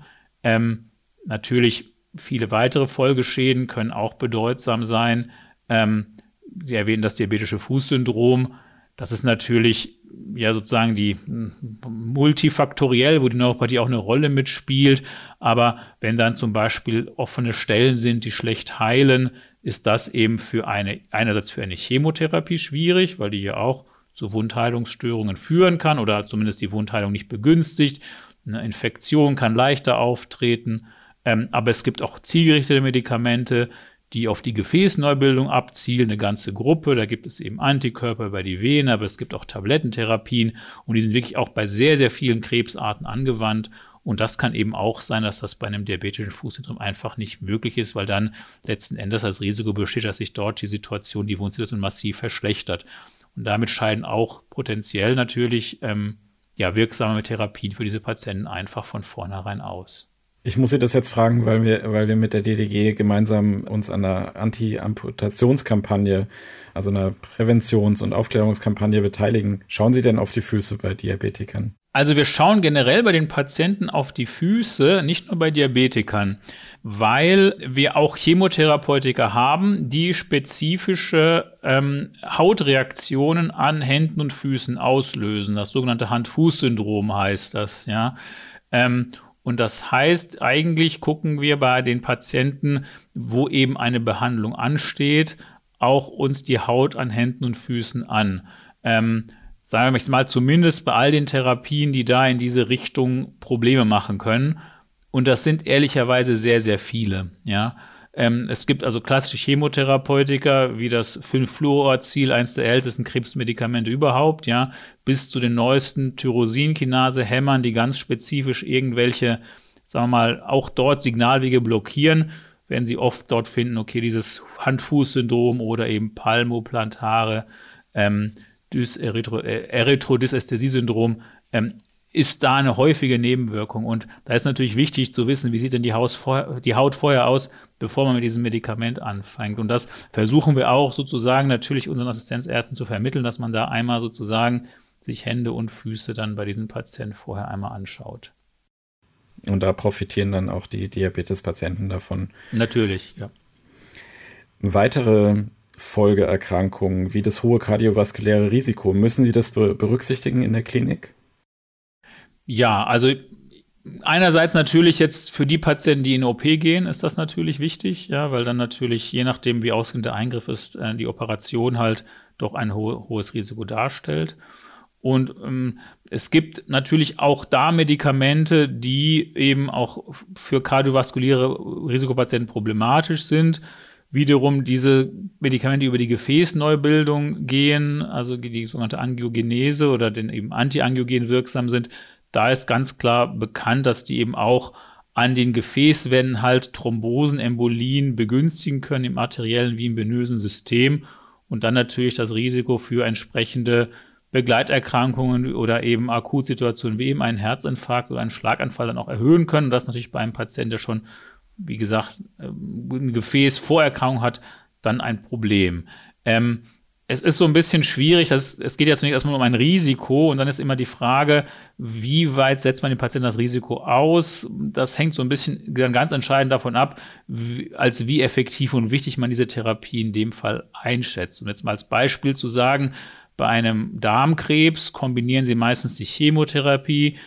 Natürlich viele weitere Folgeschäden können auch bedeutsam sein. Sie erwähnen das diabetische Fußsyndrom. Das ist natürlich ja sozusagen die multifaktoriell, wo die Neuropathie auch eine Rolle mitspielt. Aber wenn dann zum Beispiel offene Stellen sind, die schlecht heilen, ist das eben einerseits für eine Chemotherapie schwierig, weil die ja auch zu Wundheilungsstörungen führen kann oder zumindest die Wundheilung nicht begünstigt. Eine Infektion kann leichter auftreten. Aber es gibt auch zielgerichtete Medikamente, die auf die Gefäßneubildung abzielen, eine ganze Gruppe. Da gibt es eben Antikörper über die Vene, aber es gibt auch Tablettentherapien und die sind wirklich auch bei sehr, sehr vielen Krebsarten angewandt. Und das kann eben auch sein, dass das bei einem diabetischen Fußsyndrom einfach nicht möglich ist, weil dann letzten Endes das Risiko besteht, dass sich dort die Wundsituation massiv verschlechtert. Und damit scheiden auch potenziell natürlich wirksame Therapien für diese Patienten einfach von vornherein aus. Ich muss Sie das jetzt fragen, weil wir mit der DDG gemeinsam uns an einer Anti-Amputationskampagne, also einer Präventions- und Aufklärungskampagne beteiligen. Schauen Sie denn auf die Füße bei Diabetikern? Also wir schauen generell bei den Patienten auf die Füße, nicht nur bei Diabetikern, weil wir auch Chemotherapeutika haben, die spezifische Hautreaktionen an Händen und Füßen auslösen. Das sogenannte Hand-Fuß-Syndrom heißt das, ja. Und das heißt, eigentlich gucken wir bei den Patienten, wo eben eine Behandlung ansteht, auch uns die Haut an Händen und Füßen an. Sagen wir mal, zumindest bei all den Therapien, die da in diese Richtung Probleme machen können. Und das sind ehrlicherweise sehr, sehr viele. Ja. Es gibt also klassische Chemotherapeutika, wie das 5-Fluoracil, eines der ältesten Krebsmedikamente überhaupt, ja, bis zu den neuesten Tyrosinkinase-Hämmern, die ganz spezifisch irgendwelche, sagen wir mal, auch dort Signalwege blockieren, werden Sie oft dort finden, okay, dieses Hand-Fuß-Syndrom oder eben Palmoplantare, Erythrodysästhesie-Syndrom, ist da eine häufige Nebenwirkung. Und da ist natürlich wichtig zu wissen, wie sieht denn die Haut vorher aus, bevor man mit diesem Medikament anfängt. Und das versuchen wir auch sozusagen natürlich unseren Assistenzärzten zu vermitteln, dass man da einmal sozusagen sich Hände und Füße dann bei diesen Patienten vorher einmal anschaut. Und da profitieren dann auch die Diabetespatienten davon. Natürlich, ja. Weitere Folgeerkrankungen wie das hohe kardiovaskuläre Risiko, müssen Sie das berücksichtigen in der Klinik? Ja, also einerseits natürlich jetzt für die Patienten, die in OP gehen, ist das natürlich wichtig, ja, weil dann natürlich, je nachdem, wie ausgehend der Eingriff ist, die Operation halt doch ein hohes Risiko darstellt. Und es gibt natürlich auch da Medikamente, die eben auch für kardiovaskuläre Risikopatienten problematisch sind. Wiederum diese Medikamente über die Gefäßneubildung gehen, also die sogenannte Angiogenese oder den eben antiangiogen wirksam sind. Da ist ganz klar bekannt, dass die eben auch an den Gefäßwänden halt Thrombosen, Embolien begünstigen können im arteriellen wie im venösen System und dann natürlich das Risiko für entsprechende Begleiterkrankungen oder eben Akutsituationen wie eben einen Herzinfarkt oder einen Schlaganfall dann auch erhöhen können. Und das natürlich bei einem Patienten, der schon, wie gesagt, eine Gefäßvorerkrankung hat, dann ein Problem. Es ist so ein bisschen schwierig, es geht ja zunächst erstmal um ein Risiko und dann ist immer die Frage, wie weit setzt man den Patienten das Risiko aus? Das hängt so ein bisschen dann ganz entscheidend davon ab, wie effektiv und wichtig man diese Therapie in dem Fall einschätzt. Und jetzt mal als Beispiel zu sagen, bei einem Darmkrebs kombinieren Sie meistens die Chemotherapie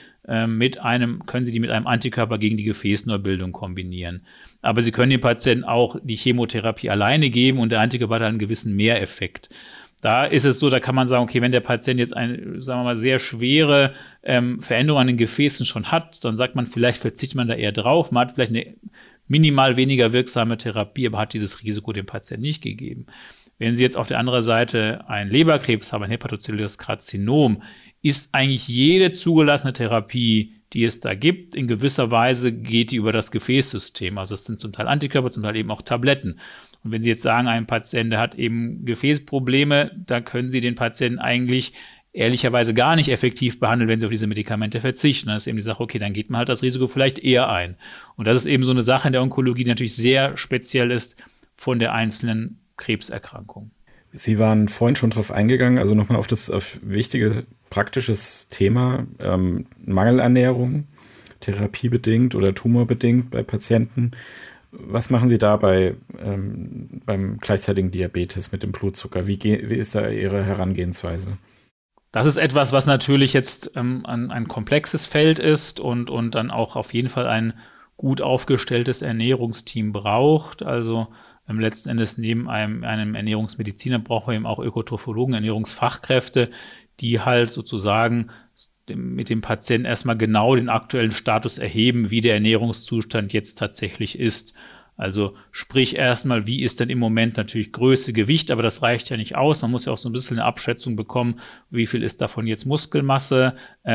können Sie die mit einem Antikörper gegen die Gefäßneubildung kombinieren. Aber Sie können den Patienten auch die Chemotherapie alleine geben und der Antikörper hat einen gewissen Mehreffekt. Da ist es so, da kann man sagen, okay, wenn der Patient jetzt eine, sagen wir mal, sehr schwere Veränderung an den Gefäßen schon hat, dann sagt man, vielleicht verzichtet man da eher drauf. Man hat vielleicht eine minimal weniger wirksame Therapie, aber hat dieses Risiko dem Patienten nicht gegeben. Wenn Sie jetzt auf der anderen Seite einen Leberkrebs haben, ein hepatozelluläres Karzinom, ist eigentlich jede zugelassene Therapie, die es da gibt, in gewisser Weise geht die über das Gefäßsystem. Also es sind zum Teil Antikörper, zum Teil eben auch Tabletten. Und wenn Sie jetzt sagen, ein Patient, der hat eben Gefäßprobleme, da können Sie den Patienten eigentlich ehrlicherweise gar nicht effektiv behandeln, wenn Sie auf diese Medikamente verzichten. Dann ist eben die Sache, okay, dann geht man halt das Risiko vielleicht eher ein. Und das ist eben so eine Sache in der Onkologie, die natürlich sehr speziell ist von der einzelnen Krebserkrankung. Sie waren vorhin schon drauf eingegangen, also nochmal auf wichtige praktisches Thema, Mangelernährung, therapiebedingt oder tumorbedingt bei Patienten. Was machen Sie da beim gleichzeitigen Diabetes mit dem Blutzucker? Wie ist da Ihre Herangehensweise? Das ist etwas, was natürlich jetzt ein komplexes Feld ist und dann auch auf jeden Fall ein gut aufgestelltes Ernährungsteam braucht. Also letzten Endes neben einem Ernährungsmediziner brauchen wir eben auch Ökotrophologen, Ernährungsfachkräfte, die halt sozusagen mit dem Patienten erstmal genau den aktuellen Status erheben, wie der Ernährungszustand jetzt tatsächlich ist. Also sprich erstmal, wie ist denn im Moment natürlich Größe, Gewicht, aber das reicht ja nicht aus. Man muss ja auch so ein bisschen eine Abschätzung bekommen, wie viel ist davon jetzt Muskelmasse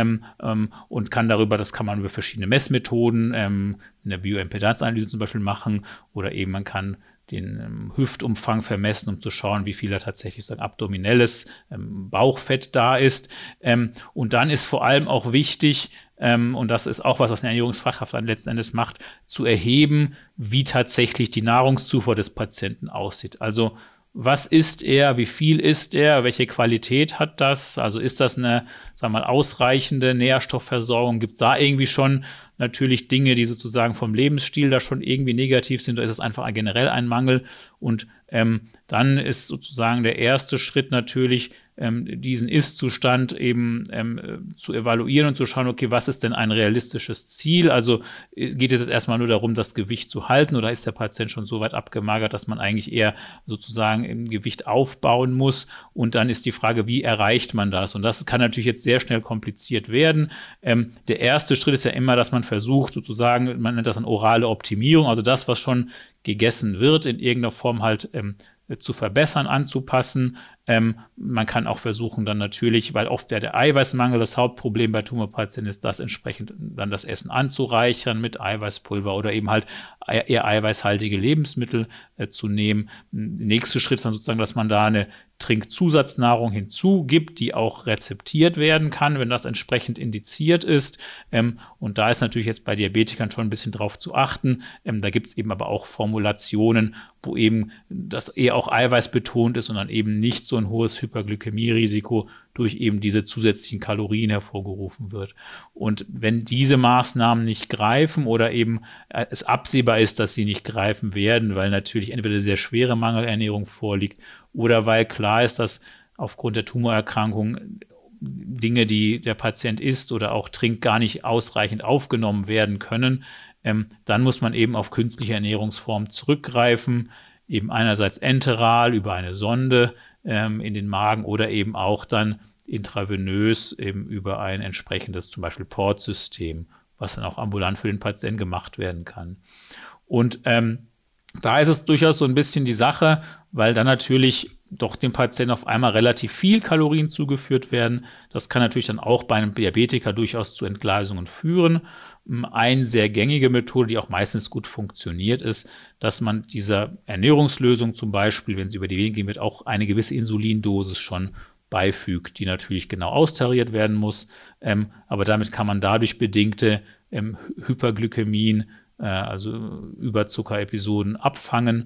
und das kann man über verschiedene Messmethoden, eine Bioimpedanzanalyse zum Beispiel machen oder eben man kann den Hüftumfang vermessen, um zu schauen, wie viel da tatsächlich so ein abdominelles Bauchfett da ist. Und dann ist vor allem auch wichtig, und das ist auch was eine Ernährungsfachkraft dann letzten Endes macht, zu erheben, wie tatsächlich die Nahrungszufuhr des Patienten aussieht. Also was isst er, wie viel isst er, welche Qualität hat das? Also ist das eine, sagen wir mal, ausreichende Nährstoffversorgung? Gibt es da irgendwie schon natürlich Dinge, die sozusagen vom Lebensstil da schon irgendwie negativ sind, oder ist es einfach generell ein Mangel? Und dann ist sozusagen der erste Schritt natürlich, diesen Ist-Zustand eben zu evaluieren und zu schauen, okay, was ist denn ein realistisches Ziel? Also geht es jetzt erstmal nur darum, das Gewicht zu halten, oder ist der Patient schon so weit abgemagert, dass man eigentlich eher sozusagen im Gewicht aufbauen muss? Und dann ist die Frage, wie erreicht man das? Und das kann natürlich jetzt sehr schnell kompliziert werden. Der erste Schritt ist ja immer, dass man versucht, sozusagen, man nennt das dann orale Optimierung, also das, was schon gegessen wird, in irgendeiner Form halt zu verbessern, anzupassen. Man kann auch versuchen dann natürlich, weil oft der Eiweißmangel das Hauptproblem bei Tumorpatienten ist, das entsprechend dann das Essen anzureichern mit Eiweißpulver oder eben halt eher eiweißhaltige Lebensmittel zu nehmen. Der nächste Schritt ist dann sozusagen, dass man da eine Trinkzusatznahrung hinzugibt, die auch rezeptiert werden kann, wenn das entsprechend indiziert ist. Und da ist natürlich jetzt bei Diabetikern schon ein bisschen drauf zu achten. Da gibt es eben aber auch Formulationen, wo eben das eher auch eiweißbetont ist und dann eben nicht so ein hohes Hyperglykämie-Risiko durch eben diese zusätzlichen Kalorien hervorgerufen wird. Und wenn diese Maßnahmen nicht greifen oder eben es absehbar ist, dass sie nicht greifen werden, weil natürlich entweder eine sehr schwere Mangelernährung vorliegt oder weil klar ist, dass aufgrund der Tumorerkrankung Dinge, die der Patient isst oder auch trinkt, gar nicht ausreichend aufgenommen werden können, dann muss man eben auf künstliche Ernährungsformen zurückgreifen, eben einerseits enteral über eine Sonde in den Magen oder eben auch dann intravenös eben über ein entsprechendes zum Beispiel Portsystem, was dann auch ambulant für den Patienten gemacht werden kann. Und da ist es durchaus so ein bisschen die Sache, weil dann natürlich doch dem Patienten auf einmal relativ viel Kalorien zugeführt werden. Das kann natürlich dann auch bei einem Diabetiker durchaus zu Entgleisungen führen. Eine sehr gängige Methode, die auch meistens gut funktioniert, ist, dass man dieser Ernährungslösung zum Beispiel, wenn sie über die Venen gehen wird, auch eine gewisse Insulindosis schon beifügt, die natürlich genau austariert werden muss. Aber damit kann man dadurch bedingte Hyperglykämien, also Überzuckerepisoden abfangen,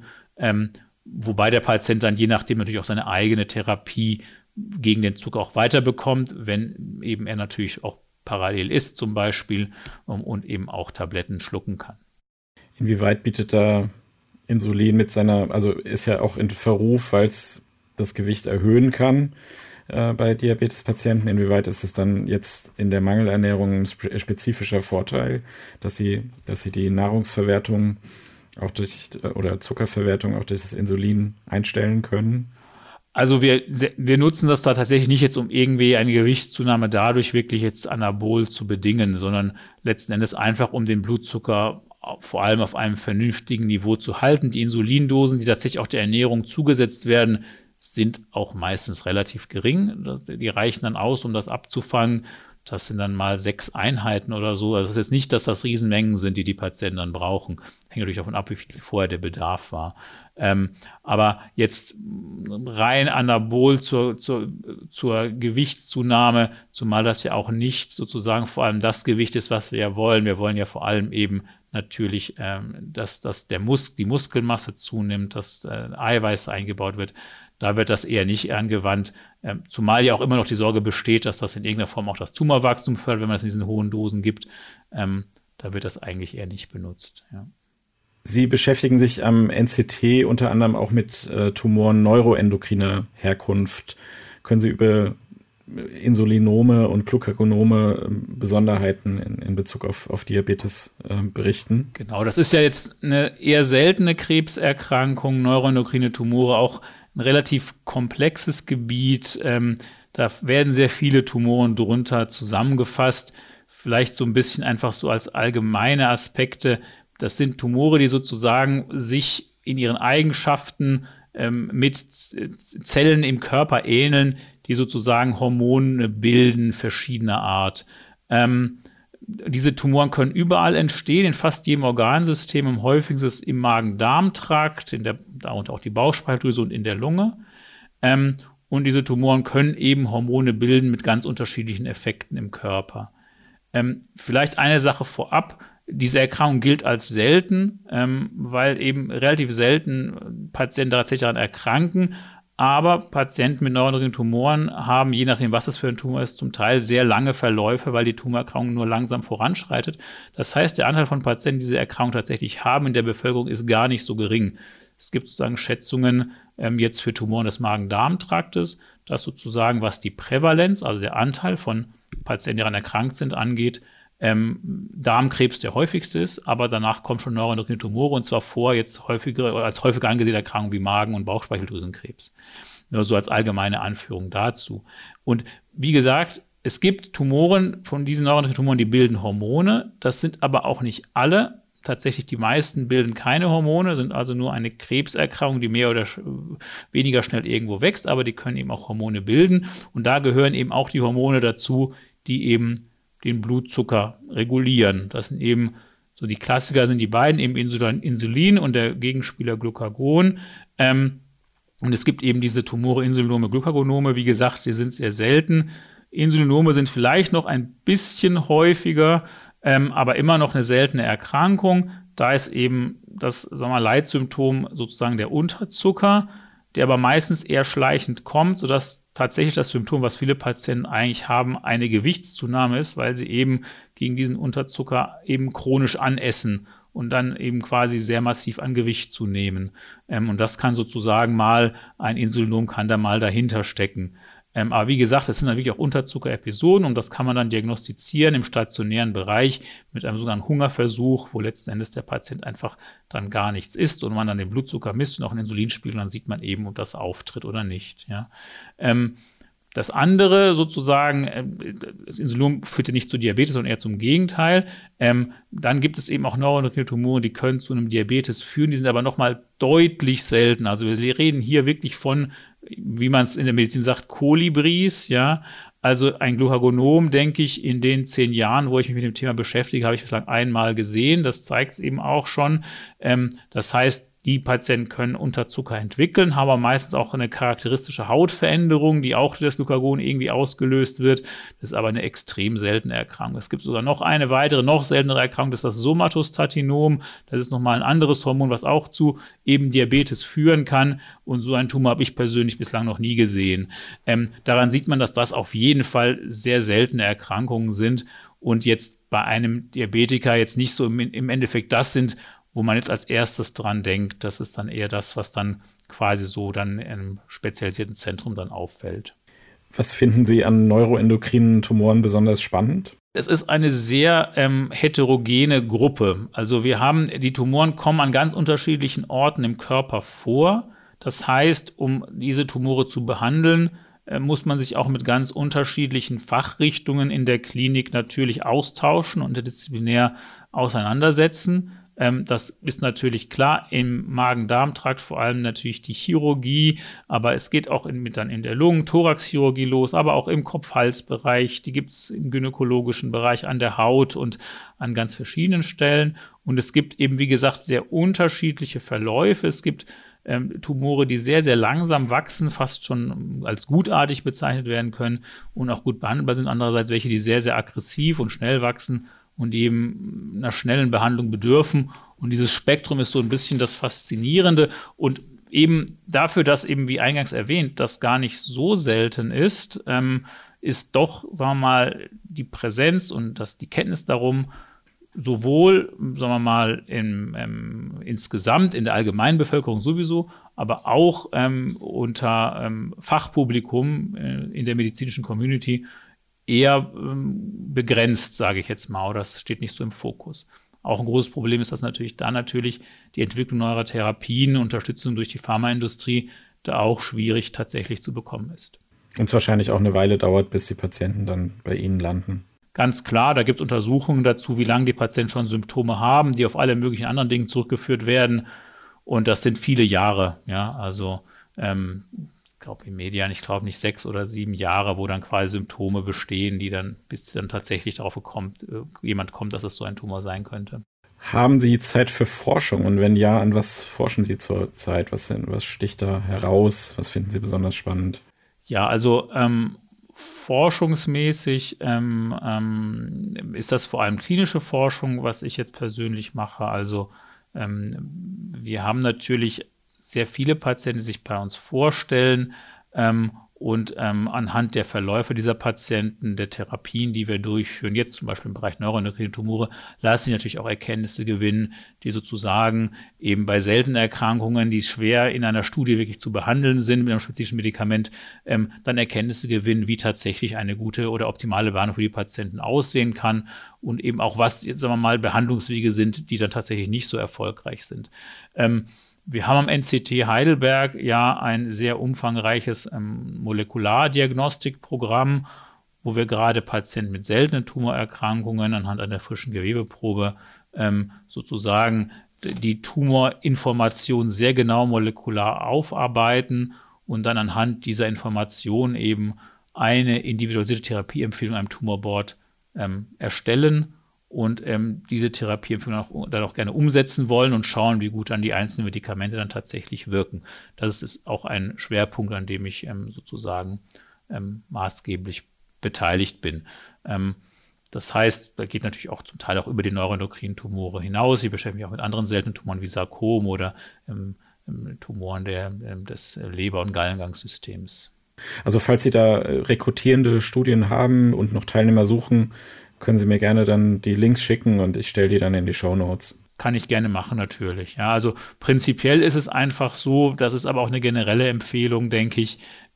wobei der Patient dann je nachdem natürlich auch seine eigene Therapie gegen den Zucker auch weiterbekommt, wenn eben er natürlich auch parallel isst zum Beispiel und eben auch Tabletten schlucken kann. Inwieweit bietet da Insulin mit also ist ja auch in Verruf, weil es das Gewicht erhöhen kann bei Diabetespatienten. Inwieweit ist es dann jetzt in der Mangelernährung ein spezifischer Vorteil, dass sie die Nahrungsverwertung auch oder Zuckerverwertung auch durch das Insulin einstellen können? Also wir nutzen das da tatsächlich nicht jetzt, um irgendwie eine Gewichtszunahme dadurch wirklich jetzt anabol zu bedingen, sondern letzten Endes einfach, um den Blutzucker vor allem auf einem vernünftigen Niveau zu halten. Die Insulindosen, die tatsächlich auch der Ernährung zugesetzt werden, sind auch meistens relativ gering. Die reichen dann aus, um das abzufangen. Das sind dann mal 6 Einheiten oder so. Also das ist jetzt nicht, dass das Riesenmengen sind, die die Patienten dann brauchen. Hängt natürlich davon ab, wie viel vorher der Bedarf war. Aber jetzt rein anabol zur Gewichtszunahme, zumal das ja auch nicht sozusagen vor allem das Gewicht ist, was wir ja wollen. Wir wollen ja vor allem eben natürlich, dass die Muskelmasse zunimmt, dass Eiweiß eingebaut wird. Da wird das eher nicht angewandt, zumal ja auch immer noch die Sorge besteht, dass das in irgendeiner Form auch das Tumorwachstum fördert, wenn man es in diesen hohen Dosen gibt. Da wird das eigentlich eher nicht benutzt. Ja. Sie beschäftigen sich am NCT unter anderem auch mit Tumoren neuroendokriner Herkunft. Können Sie über Insulinome und Glucagonome Besonderheiten in Bezug auf Diabetes berichten? Genau, das ist ja jetzt eine eher seltene Krebserkrankung, neuroendokrine Tumore, auch ein relativ komplexes Gebiet. Da werden sehr viele Tumoren drunter zusammengefasst. Vielleicht so ein bisschen einfach so als allgemeine Aspekte. Das sind Tumore, die sozusagen sich in ihren Eigenschaften mit Zellen im Körper ähneln, die sozusagen Hormone bilden verschiedener Art. Diese Tumoren können überall entstehen, in fast jedem Organsystem. Am häufigsten ist es im Magen-Darm-Trakt, darunter auch die Bauchspeicheldrüse und in der Lunge. Und diese Tumoren können eben Hormone bilden mit ganz unterschiedlichen Effekten im Körper. Vielleicht eine Sache vorab. Diese Erkrankung gilt als selten, weil eben relativ selten Patienten tatsächlich daran erkranken. Aber Patienten mit neuroendokrinen Tumoren haben, je nachdem, was es für ein Tumor ist, zum Teil sehr lange Verläufe, weil die Tumorerkrankung nur langsam voranschreitet. Das heißt, der Anteil von Patienten, die diese Erkrankung tatsächlich haben in der Bevölkerung, ist gar nicht so gering. Es gibt sozusagen Schätzungen jetzt für Tumoren des Magen-Darm-Traktes, dass sozusagen, was die Prävalenz, also der Anteil von Patienten, die daran erkrankt sind, angeht, Darmkrebs der häufigste ist, aber danach kommen schon neuroendokrine Tumore und zwar vor jetzt als häufiger angesehene Erkrankungen wie Magen- und Bauchspeicheldrüsenkrebs. Nur so als allgemeine Anführung dazu. Und wie gesagt, es gibt Tumoren von diesen neuroendokrinen Tumoren, die bilden Hormone. Das sind aber auch nicht alle. Tatsächlich die meisten bilden keine Hormone, sind also nur eine Krebserkrankung, die mehr oder weniger schnell irgendwo wächst, aber die können eben auch Hormone bilden. Und da gehören eben auch die Hormone dazu, die eben den Blutzucker regulieren. Das sind eben so die Klassiker, sind die beiden, eben Insulin und der Gegenspieler Glucagon. Und es gibt eben diese Tumore, Insulinome, Glucagonome. Wie gesagt, die sind sehr selten. Insulinome sind vielleicht noch ein bisschen häufiger, aber immer noch eine seltene Erkrankung. Da ist eben das Leitsymptom sozusagen der Unterzucker, der aber meistens eher schleichend kommt, sodass tatsächlich das Symptom, was viele Patienten eigentlich haben, eine Gewichtszunahme ist, weil sie eben gegen diesen Unterzucker eben chronisch anessen und dann eben quasi sehr massiv an Gewicht zunehmen. Und das kann sozusagen ein Insulinom kann da mal dahinter stecken. Aber wie gesagt, das sind dann wirklich auch Unterzuckerepisoden und das kann man dann diagnostizieren im stationären Bereich mit einem sogenannten Hungerversuch, wo letzten Endes der Patient einfach dann gar nichts isst und man dann den Blutzucker misst und auch den Insulinspiegel, dann sieht man eben, ob das auftritt oder nicht. Ja. Das andere sozusagen, das Insulin führt ja nicht zu Diabetes, sondern eher zum Gegenteil. Dann gibt es eben auch neuroendokrine Tumore, die können zu einem Diabetes führen, die sind aber nochmal deutlich seltener. Also wir reden hier wirklich von, wie man es in der Medizin sagt, Kolibris, ja. Also ein Glucagonom, denke ich, in den 10 Jahren, wo ich mich mit dem Thema beschäftige, habe ich bislang einmal gesehen. Das zeigt es eben auch schon. Das heißt, die Patienten können Unterzucker entwickeln, haben aber meistens auch eine charakteristische Hautveränderung, die auch durch das Glucagon irgendwie ausgelöst wird. Das ist aber eine extrem seltene Erkrankung. Es gibt sogar noch eine weitere, noch seltenere Erkrankung, das ist das Somatostatinom. Das ist nochmal ein anderes Hormon, was auch zu eben Diabetes führen kann. Und so einen Tumor habe ich persönlich bislang noch nie gesehen. Daran sieht man, dass das auf jeden Fall sehr seltene Erkrankungen sind und jetzt bei einem Diabetiker jetzt nicht so im Endeffekt das sind, wo man jetzt als erstes dran denkt. Das ist dann eher das, was dann quasi so dann im spezialisierten Zentrum dann auffällt. Was finden Sie an neuroendokrinen Tumoren besonders spannend? Es ist eine sehr heterogene Gruppe. Also die Tumoren kommen an ganz unterschiedlichen Orten im Körper vor. Das heißt, um diese Tumore zu behandeln, muss man sich auch mit ganz unterschiedlichen Fachrichtungen in der Klinik natürlich austauschen und interdisziplinär auseinandersetzen. Das ist natürlich klar, im Magen-Darm-Trakt vor allem natürlich die Chirurgie, aber es geht auch dann in der Lungen-Thoraxchirurgie los, aber auch im Kopf-Hals-Bereich, die gibt es im gynäkologischen Bereich, an der Haut und an ganz verschiedenen Stellen. Und es gibt eben, wie gesagt, sehr unterschiedliche Verläufe. Es gibt Tumore, die sehr, sehr langsam wachsen, fast schon als gutartig bezeichnet werden können und auch gut behandelbar sind. Andererseits welche, die sehr, sehr aggressiv und schnell wachsen und die eben einer schnellen Behandlung bedürfen. Und dieses Spektrum ist so ein bisschen das Faszinierende. Und eben dafür, dass eben, wie eingangs erwähnt, das gar nicht so selten ist, ist doch, sagen wir mal, die Präsenz und die Kenntnis darum, sowohl, sagen wir mal, insgesamt in der Allgemeinbevölkerung sowieso, aber auch unter Fachpublikum in der medizinischen Community eher begrenzt, sage ich jetzt mal, oder das steht nicht so im Fokus. Auch ein großes Problem ist, dass natürlich die Entwicklung neuer Therapien, Unterstützung durch die Pharmaindustrie da auch schwierig tatsächlich zu bekommen ist. Und es wahrscheinlich auch eine Weile dauert, bis die Patienten dann bei Ihnen landen. Ganz klar, da gibt es Untersuchungen dazu, wie lange die Patienten schon Symptome haben, die auf alle möglichen anderen Dinge zurückgeführt werden. Und das sind viele Jahre, ja, also ich glaube im Median, ich glaube nicht 6 oder 7 Jahre, wo dann quasi Symptome bestehen, bis dann tatsächlich darauf jemand kommt, dass es so ein Tumor sein könnte. Haben Sie Zeit für Forschung? Und wenn ja, an was forschen Sie zurzeit? Was sticht da heraus? Was finden Sie besonders spannend? Ja, also forschungsmäßig ist das vor allem klinische Forschung, was ich jetzt persönlich mache. Also wir haben natürlich sehr viele Patienten, die sich bei uns vorstellen und anhand der Verläufe dieser Patienten, der Therapien, die wir durchführen, jetzt zum Beispiel im Bereich neuroendokrine Tumore, lassen sich natürlich auch Erkenntnisse gewinnen, die sozusagen eben bei seltenen Erkrankungen, die schwer in einer Studie wirklich zu behandeln sind mit einem spezifischen Medikament, dann Erkenntnisse gewinnen, wie tatsächlich eine gute oder optimale Behandlung für die Patienten aussehen kann und eben auch was, jetzt sagen wir mal, Behandlungswege sind, die dann tatsächlich nicht so erfolgreich sind. Wir haben am NCT Heidelberg ja ein sehr umfangreiches Molekulardiagnostikprogramm, wo wir gerade Patienten mit seltenen Tumorerkrankungen anhand einer frischen Gewebeprobe sozusagen die Tumorinformation sehr genau molekular aufarbeiten und dann anhand dieser Information eben eine individualisierte Therapieempfehlung einem Tumorboard erstellen und diese Therapieempfehlung dann auch gerne umsetzen wollen und schauen, wie gut dann die einzelnen Medikamente dann tatsächlich wirken. Das ist auch ein Schwerpunkt, an dem ich sozusagen maßgeblich beteiligt bin. Das heißt, da geht natürlich auch zum Teil auch über die neuroendokrinen Tumore hinaus. Ich beschäftige mich auch mit anderen seltenen Tumoren wie Sarkom oder Tumoren des Leber- und Gallengangssystems. Also falls Sie da rekrutierende Studien haben und noch Teilnehmer suchen, können Sie mir gerne dann die Links schicken und ich stelle die dann in die Shownotes. Kann ich gerne machen, natürlich. Ja, also prinzipiell ist es einfach so, das ist aber auch eine generelle Empfehlung, denke ich,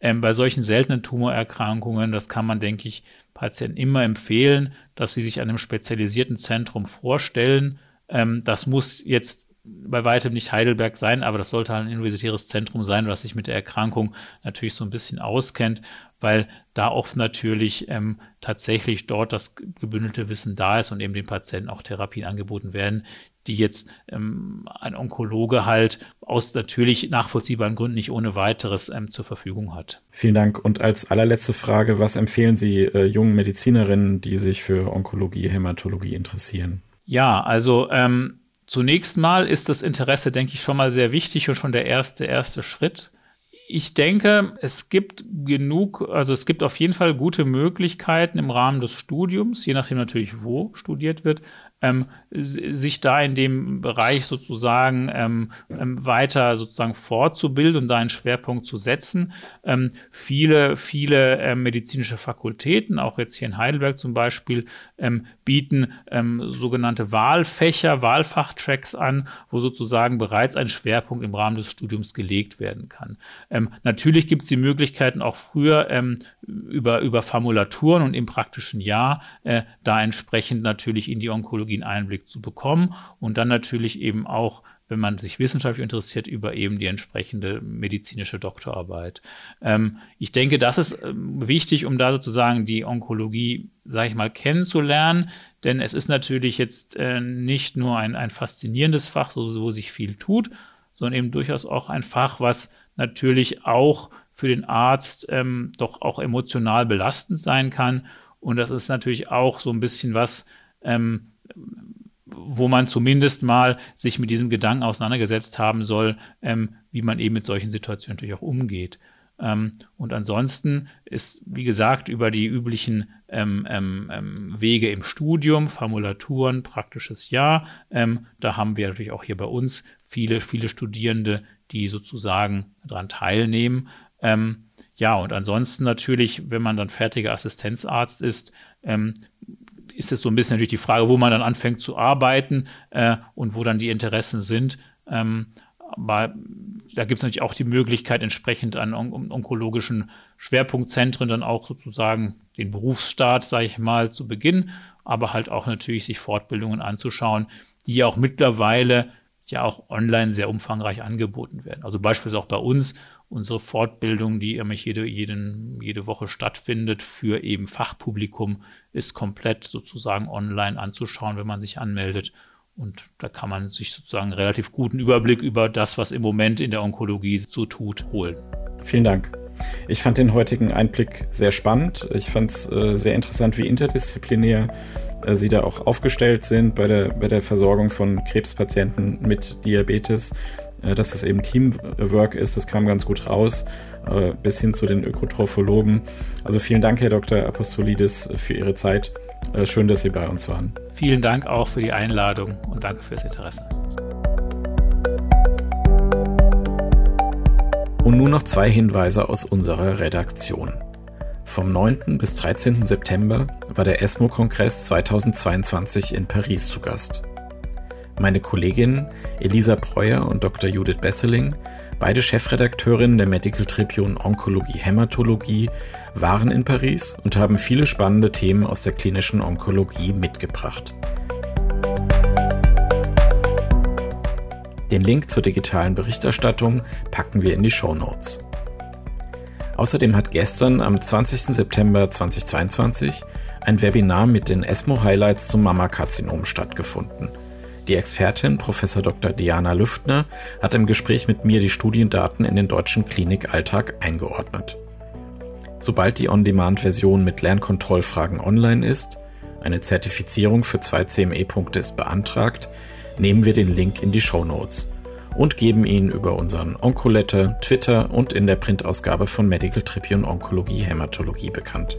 Bei solchen seltenen Tumorerkrankungen, das kann man, denke ich, Patienten immer empfehlen, dass sie sich an einem spezialisierten Zentrum vorstellen. Das muss jetzt bei weitem nicht Heidelberg sein, aber das sollte halt ein universitäres Zentrum sein, was sich mit der Erkrankung natürlich so ein bisschen auskennt, weil da oft natürlich tatsächlich dort das gebündelte Wissen da ist und eben den Patienten auch Therapien angeboten werden, die jetzt ein Onkologe halt aus natürlich nachvollziehbaren Gründen nicht ohne weiteres zur Verfügung hat. Vielen Dank. Und als allerletzte Frage, was empfehlen Sie jungen Medizinerinnen, die sich für Onkologie, Hämatologie interessieren? Ja, also zunächst mal ist das Interesse, denke ich, schon mal sehr wichtig und schon der erste Schritt. Ich denke, es gibt auf jeden Fall gute Möglichkeiten im Rahmen des Studiums, je nachdem natürlich, wo studiert wird, sich da in dem Bereich sozusagen weiter sozusagen fortzubilden und da einen Schwerpunkt zu setzen. Viele medizinische Fakultäten, auch jetzt hier in Heidelberg zum Beispiel, bieten sogenannte Wahlfachtracks an, wo sozusagen bereits ein Schwerpunkt im Rahmen des Studiums gelegt werden kann. Natürlich gibt es die Möglichkeiten auch früher über Formulaturen und im praktischen Jahr da entsprechend natürlich in die Onkologie einen Einblick zu bekommen und dann natürlich eben auch, wenn man sich wissenschaftlich interessiert, über eben die entsprechende medizinische Doktorarbeit. Ich denke, das ist wichtig, um da sozusagen die Onkologie, sage ich mal, kennenzulernen, denn es ist natürlich jetzt nicht nur ein faszinierendes Fach, wo sich viel tut, sondern eben durchaus auch ein Fach, was natürlich auch für den Arzt doch auch emotional belastend sein kann. Und das ist natürlich auch so ein bisschen was, wo man zumindest mal sich mit diesem Gedanken auseinandergesetzt haben soll, wie man eben mit solchen Situationen natürlich auch umgeht. Und ansonsten ist, wie gesagt, über die üblichen Wege im Studium, Formulaturen, praktisches Jahr, da haben wir natürlich auch hier bei uns viele Studierende, die sozusagen daran teilnehmen. Ja, und ansonsten natürlich, wenn man dann fertiger Assistenzarzt ist, ist es so ein bisschen natürlich die Frage, wo man dann anfängt zu arbeiten und wo dann die Interessen sind. Aber da gibt es natürlich auch die Möglichkeit, entsprechend an onkologischen Schwerpunktzentren dann auch sozusagen den Berufsstart, sage ich mal, zu beginnen, aber halt auch natürlich sich Fortbildungen anzuschauen, die ja auch mittlerweile ja auch online sehr umfangreich angeboten werden. Also beispielsweise auch bei uns, unsere Fortbildung, die jede Woche stattfindet für eben Fachpublikum, ist komplett sozusagen online anzuschauen, wenn man sich anmeldet. Und da kann man sich sozusagen einen relativ guten Überblick über das, was im Moment in der Onkologie so tut, holen. Vielen Dank. Ich fand den heutigen Einblick sehr spannend. Ich fand es sehr interessant, wie interdisziplinär Sie da auch aufgestellt sind bei der Versorgung von Krebspatienten mit Diabetes. Dass das eben Teamwork ist, das kam ganz gut raus, bis hin zu den Ökotrophologen. Also vielen Dank, Herr Dr. Apostolidis, für Ihre Zeit. Schön, dass Sie bei uns waren. Vielen Dank auch für die Einladung und danke fürs Interesse. Und nun noch 2 Hinweise aus unserer Redaktion. Vom 9. bis 13. September war der ESMO-Kongress 2022 in Paris zu Gast. Meine Kolleginnen Elisa Breuer und Dr. Judith Besseling, beide Chefredakteurinnen der Medical Tribune Onkologie Hämatologie, waren in Paris und haben viele spannende Themen aus der klinischen Onkologie mitgebracht. Den Link zur digitalen Berichterstattung packen wir in die Shownotes. Außerdem hat gestern am 20. September 2022 ein Webinar mit den ESMO-Highlights zum Mammakarzinom stattgefunden. Die Expertin Prof. Dr. Diana Lüftner hat im Gespräch mit mir die Studiendaten in den deutschen Klinikalltag eingeordnet. Sobald die On-Demand-Version mit Lernkontrollfragen online ist, eine Zertifizierung für 2 CME-Punkte ist beantragt, nehmen wir den Link in die Shownotes und geben ihn über unseren Oncoletter, Twitter und in der Printausgabe von Medical Tribune Onkologie Hämatologie bekannt.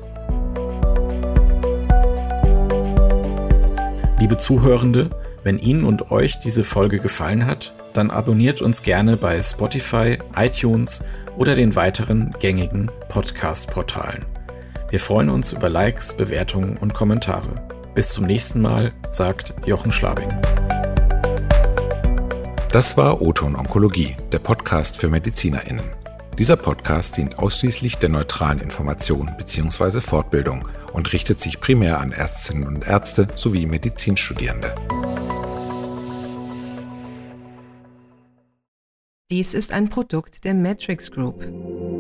Liebe Zuhörende, wenn Ihnen und euch diese Folge gefallen hat, dann abonniert uns gerne bei Spotify, iTunes oder den weiteren gängigen Podcast-Portalen. Wir freuen uns über Likes, Bewertungen und Kommentare. Bis zum nächsten Mal, sagt Jochen Schlabing. Das war O-Ton Onkologie, der Podcast für MedizinerInnen. Dieser Podcast dient ausschließlich der neutralen Information bzw. Fortbildung und richtet sich primär an Ärztinnen und Ärzte sowie Medizinstudierende. Dies ist ein Produkt der Matrix Group.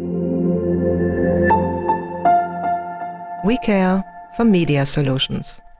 We care for Media Solutions.